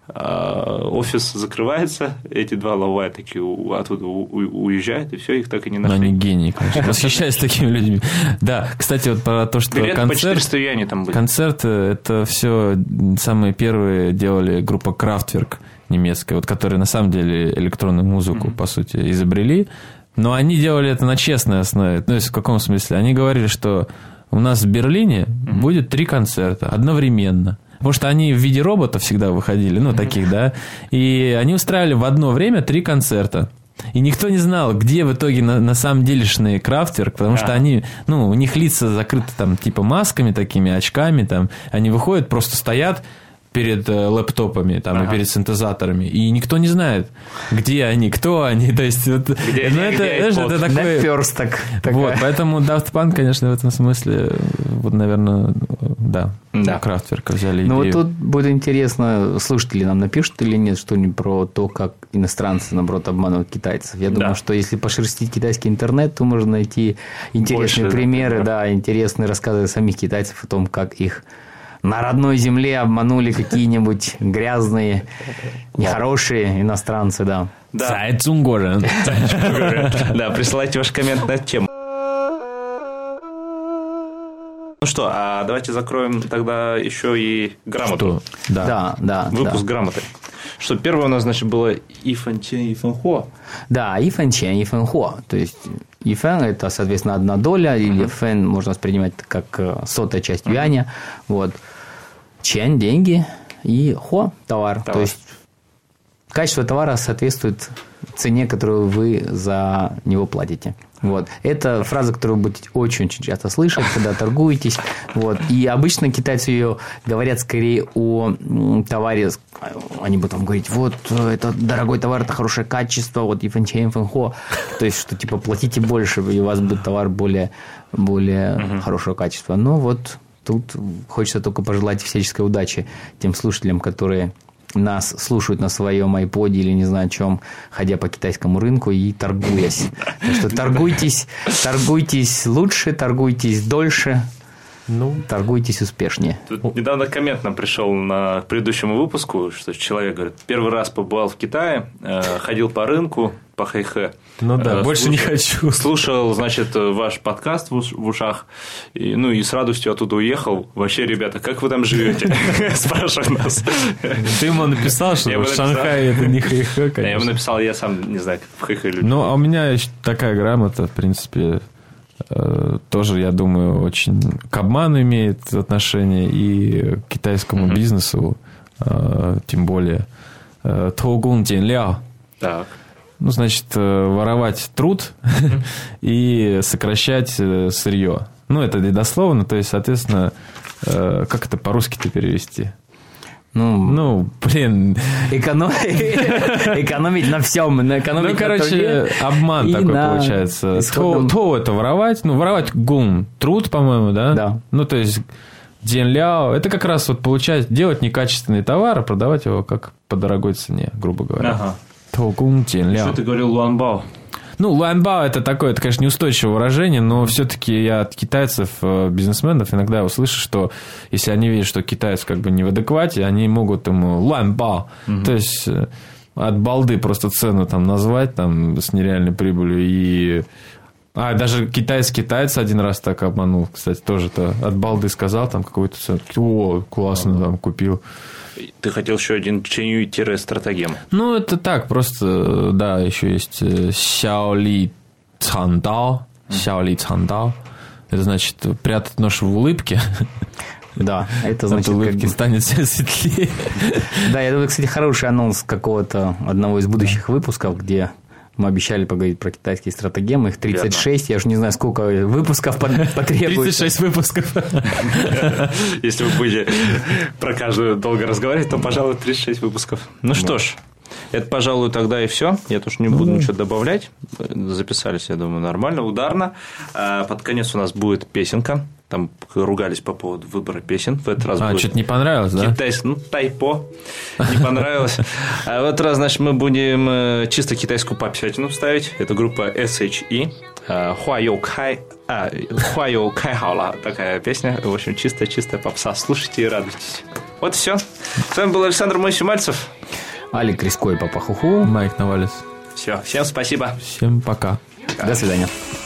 офис закрывается, эти два лавая такие оттуда уезжают, и все, их так и не нашли. Они гении, конечно. Восхищаюсь такими людьми. Да, кстати, вот про то, что концерт... там были. Концерт, это все самые первые делали группа Kraftwerk немецкая, вот, которые на самом деле электронную музыку, mm-hmm. по сути, изобрели. Но они делали это на честной основе. То есть, в каком смысле? Они говорили, что у нас в Берлине mm-hmm. будет три концерта одновременно. Потому что они в виде роботов всегда выходили, ну, mm-hmm. таких, да. И они устраивали в одно время три концерта. И никто не знал, где в итоге на, на самом делешный Kraftwerk, потому что они, ну, у них лица закрыты там типа масками такими, очками там. Они выходят, просто стоят перед э, лэптопами там, ага. и перед синтезаторами, и никто не знает, где они, кто они, то есть вот, где, ну, это, где знаешь, это такой... Наперсток. Вот, поэтому Daft Punk, конечно, в этом смысле, вот, наверное, да, да. Kraftwerk взяли идею. Ну, вот тут будет интересно, слушатели нам напишут или нет что-нибудь про то, как иностранцы, наоборот, обманывают китайцев. Я думаю, да. что если пошерстить китайский интернет, то можно найти интересные Больше, примеры, да, да, интересные рассказы самих китайцев о том, как их на родной земле обманули какие-нибудь грязные, нехорошие иностранцы, да. Да, да, присылайте ваш коммент на эту тему. Ну что, а давайте закроем тогда еще и грамоту. Что? Да. Да, да. Выпуск да. грамоты. Что первое у нас, значит, было Ифэн Чен, Ифэн Хо. Да, Ифэн Чен, Ифэн Хо. То есть Ифэн – это, соответственно, одна доля, uh-huh. или Фэн можно воспринимать как сотая часть uh-huh. юаня. Вот. Чен – деньги, и Хо – товар. товар. То есть качество товара соответствует цене, которую вы за него платите. Вот. Это фраза, которую вы будете очень-очень часто слышать, когда торгуетесь. Вот. И обычно китайцы ее говорят скорее о товаре. Они будут там говорить, вот, это дорогой товар, это хорошее качество, вот, Ифэн Чен, Ифэн Хо. То есть, что, типа, платите больше, и у вас будет товар более, более uh-huh. хорошего качества. Но вот тут хочется только пожелать всяческой удачи тем слушателям, которые нас слушают на своем айподе или не знаю о чем, ходя по китайскому рынку и торгуясь. Так что торгуйтесь, торгуйтесь лучше, торгуйтесь дольше, ну, торгуйтесь успешнее. Тут недавно коммент нам пришел на предыдущему выпуску, что человек говорит, первый раз побывал в Китае, ходил по рынку, по Хэйхэ. Ну да, больше слушал, не хочу. Слушал, значит, ваш подкаст в ушах, и, ну и с радостью оттуда уехал. Вообще, ребята, как вы там живете? Спрашивают нас. Ты ему написал, что в Шанхае это не Хэйхэ, конечно. Я ему написал, я сам не знаю, как в Хэйхэ люди. Ну, а у меня такая грамота, в принципе, тоже, я думаю, очень к обману имеет отношение и к китайскому бизнесу, тем более. Тоугун Джинляо. Так. Ну, значит, воровать труд mm-hmm. и сокращать сырье. Ну, это недословно, то есть, соответственно, как это по-русски-то перевести? Ну, ну блин. Эконом... Экономить на всем. На экономить ну, короче, обман такой получается. Исходном... То, то это воровать. Ну, воровать гун. Труд, по-моему, да? Да. Ну, то есть, дзянляо. Это как раз вот получается делать некачественный товар, а продавать его как по дорогой цене, грубо говоря. Ага. Что ты говорил, луанбао? Ну, луанбао это такое, это, конечно, неустойчивое выражение, но все-таки я от китайцев, бизнесменов иногда услышу, что если они видят, что китаец как бы не в адеквате, они могут ему луанбао, угу. то есть от балды просто цену там назвать там с нереальной прибылью и... А, даже китаец-китаец один раз так обманул, кстати, тоже-то от балды сказал там какой-то цену. О, классно, ага. там купил. Ты хотел еще один ченью-стратегем. Ну, это так, просто, да, еще есть сяоли цандао. Сяоли цандао. Это значит прятать нож в улыбке. Да, это значит... От улыбки как... станет все светлее. Да, я думаю, кстати, хороший анонс какого-то одного из будущих выпусков, где... Мы обещали поговорить про китайские стратегемы. Их тридцать шесть. Верно. Я уже не знаю, сколько выпусков потребуется. тридцать шесть выпусков. Если вы будете про каждую долго разговаривать, то, пожалуй, тридцать шесть выпусков. Ну что ж, это, пожалуй, тогда и все. Я тоже не буду ничего добавлять. Записались, я думаю, нормально, ударно. Под конец у нас будет песенка. Там ругались по поводу выбора песен. В этот раз а, будет... что-то не понравилось, да? Китайский, ну, тайпо. Не понравилось. А в этот раз, значит, мы будем чисто китайскую попсятину ставить. Это группа эс эйч и. Хуайоу Кай. А, Хуайоу Кай Хаола. Такая песня. В общем, чистая-чистая попса. Слушайте и радуйтесь. Вот и все. С вами был Александр Моисей-Мальцев. Алик Риско и Папа Хуху. Майк Навалис. Все. Всем спасибо. Всем пока. До свидания.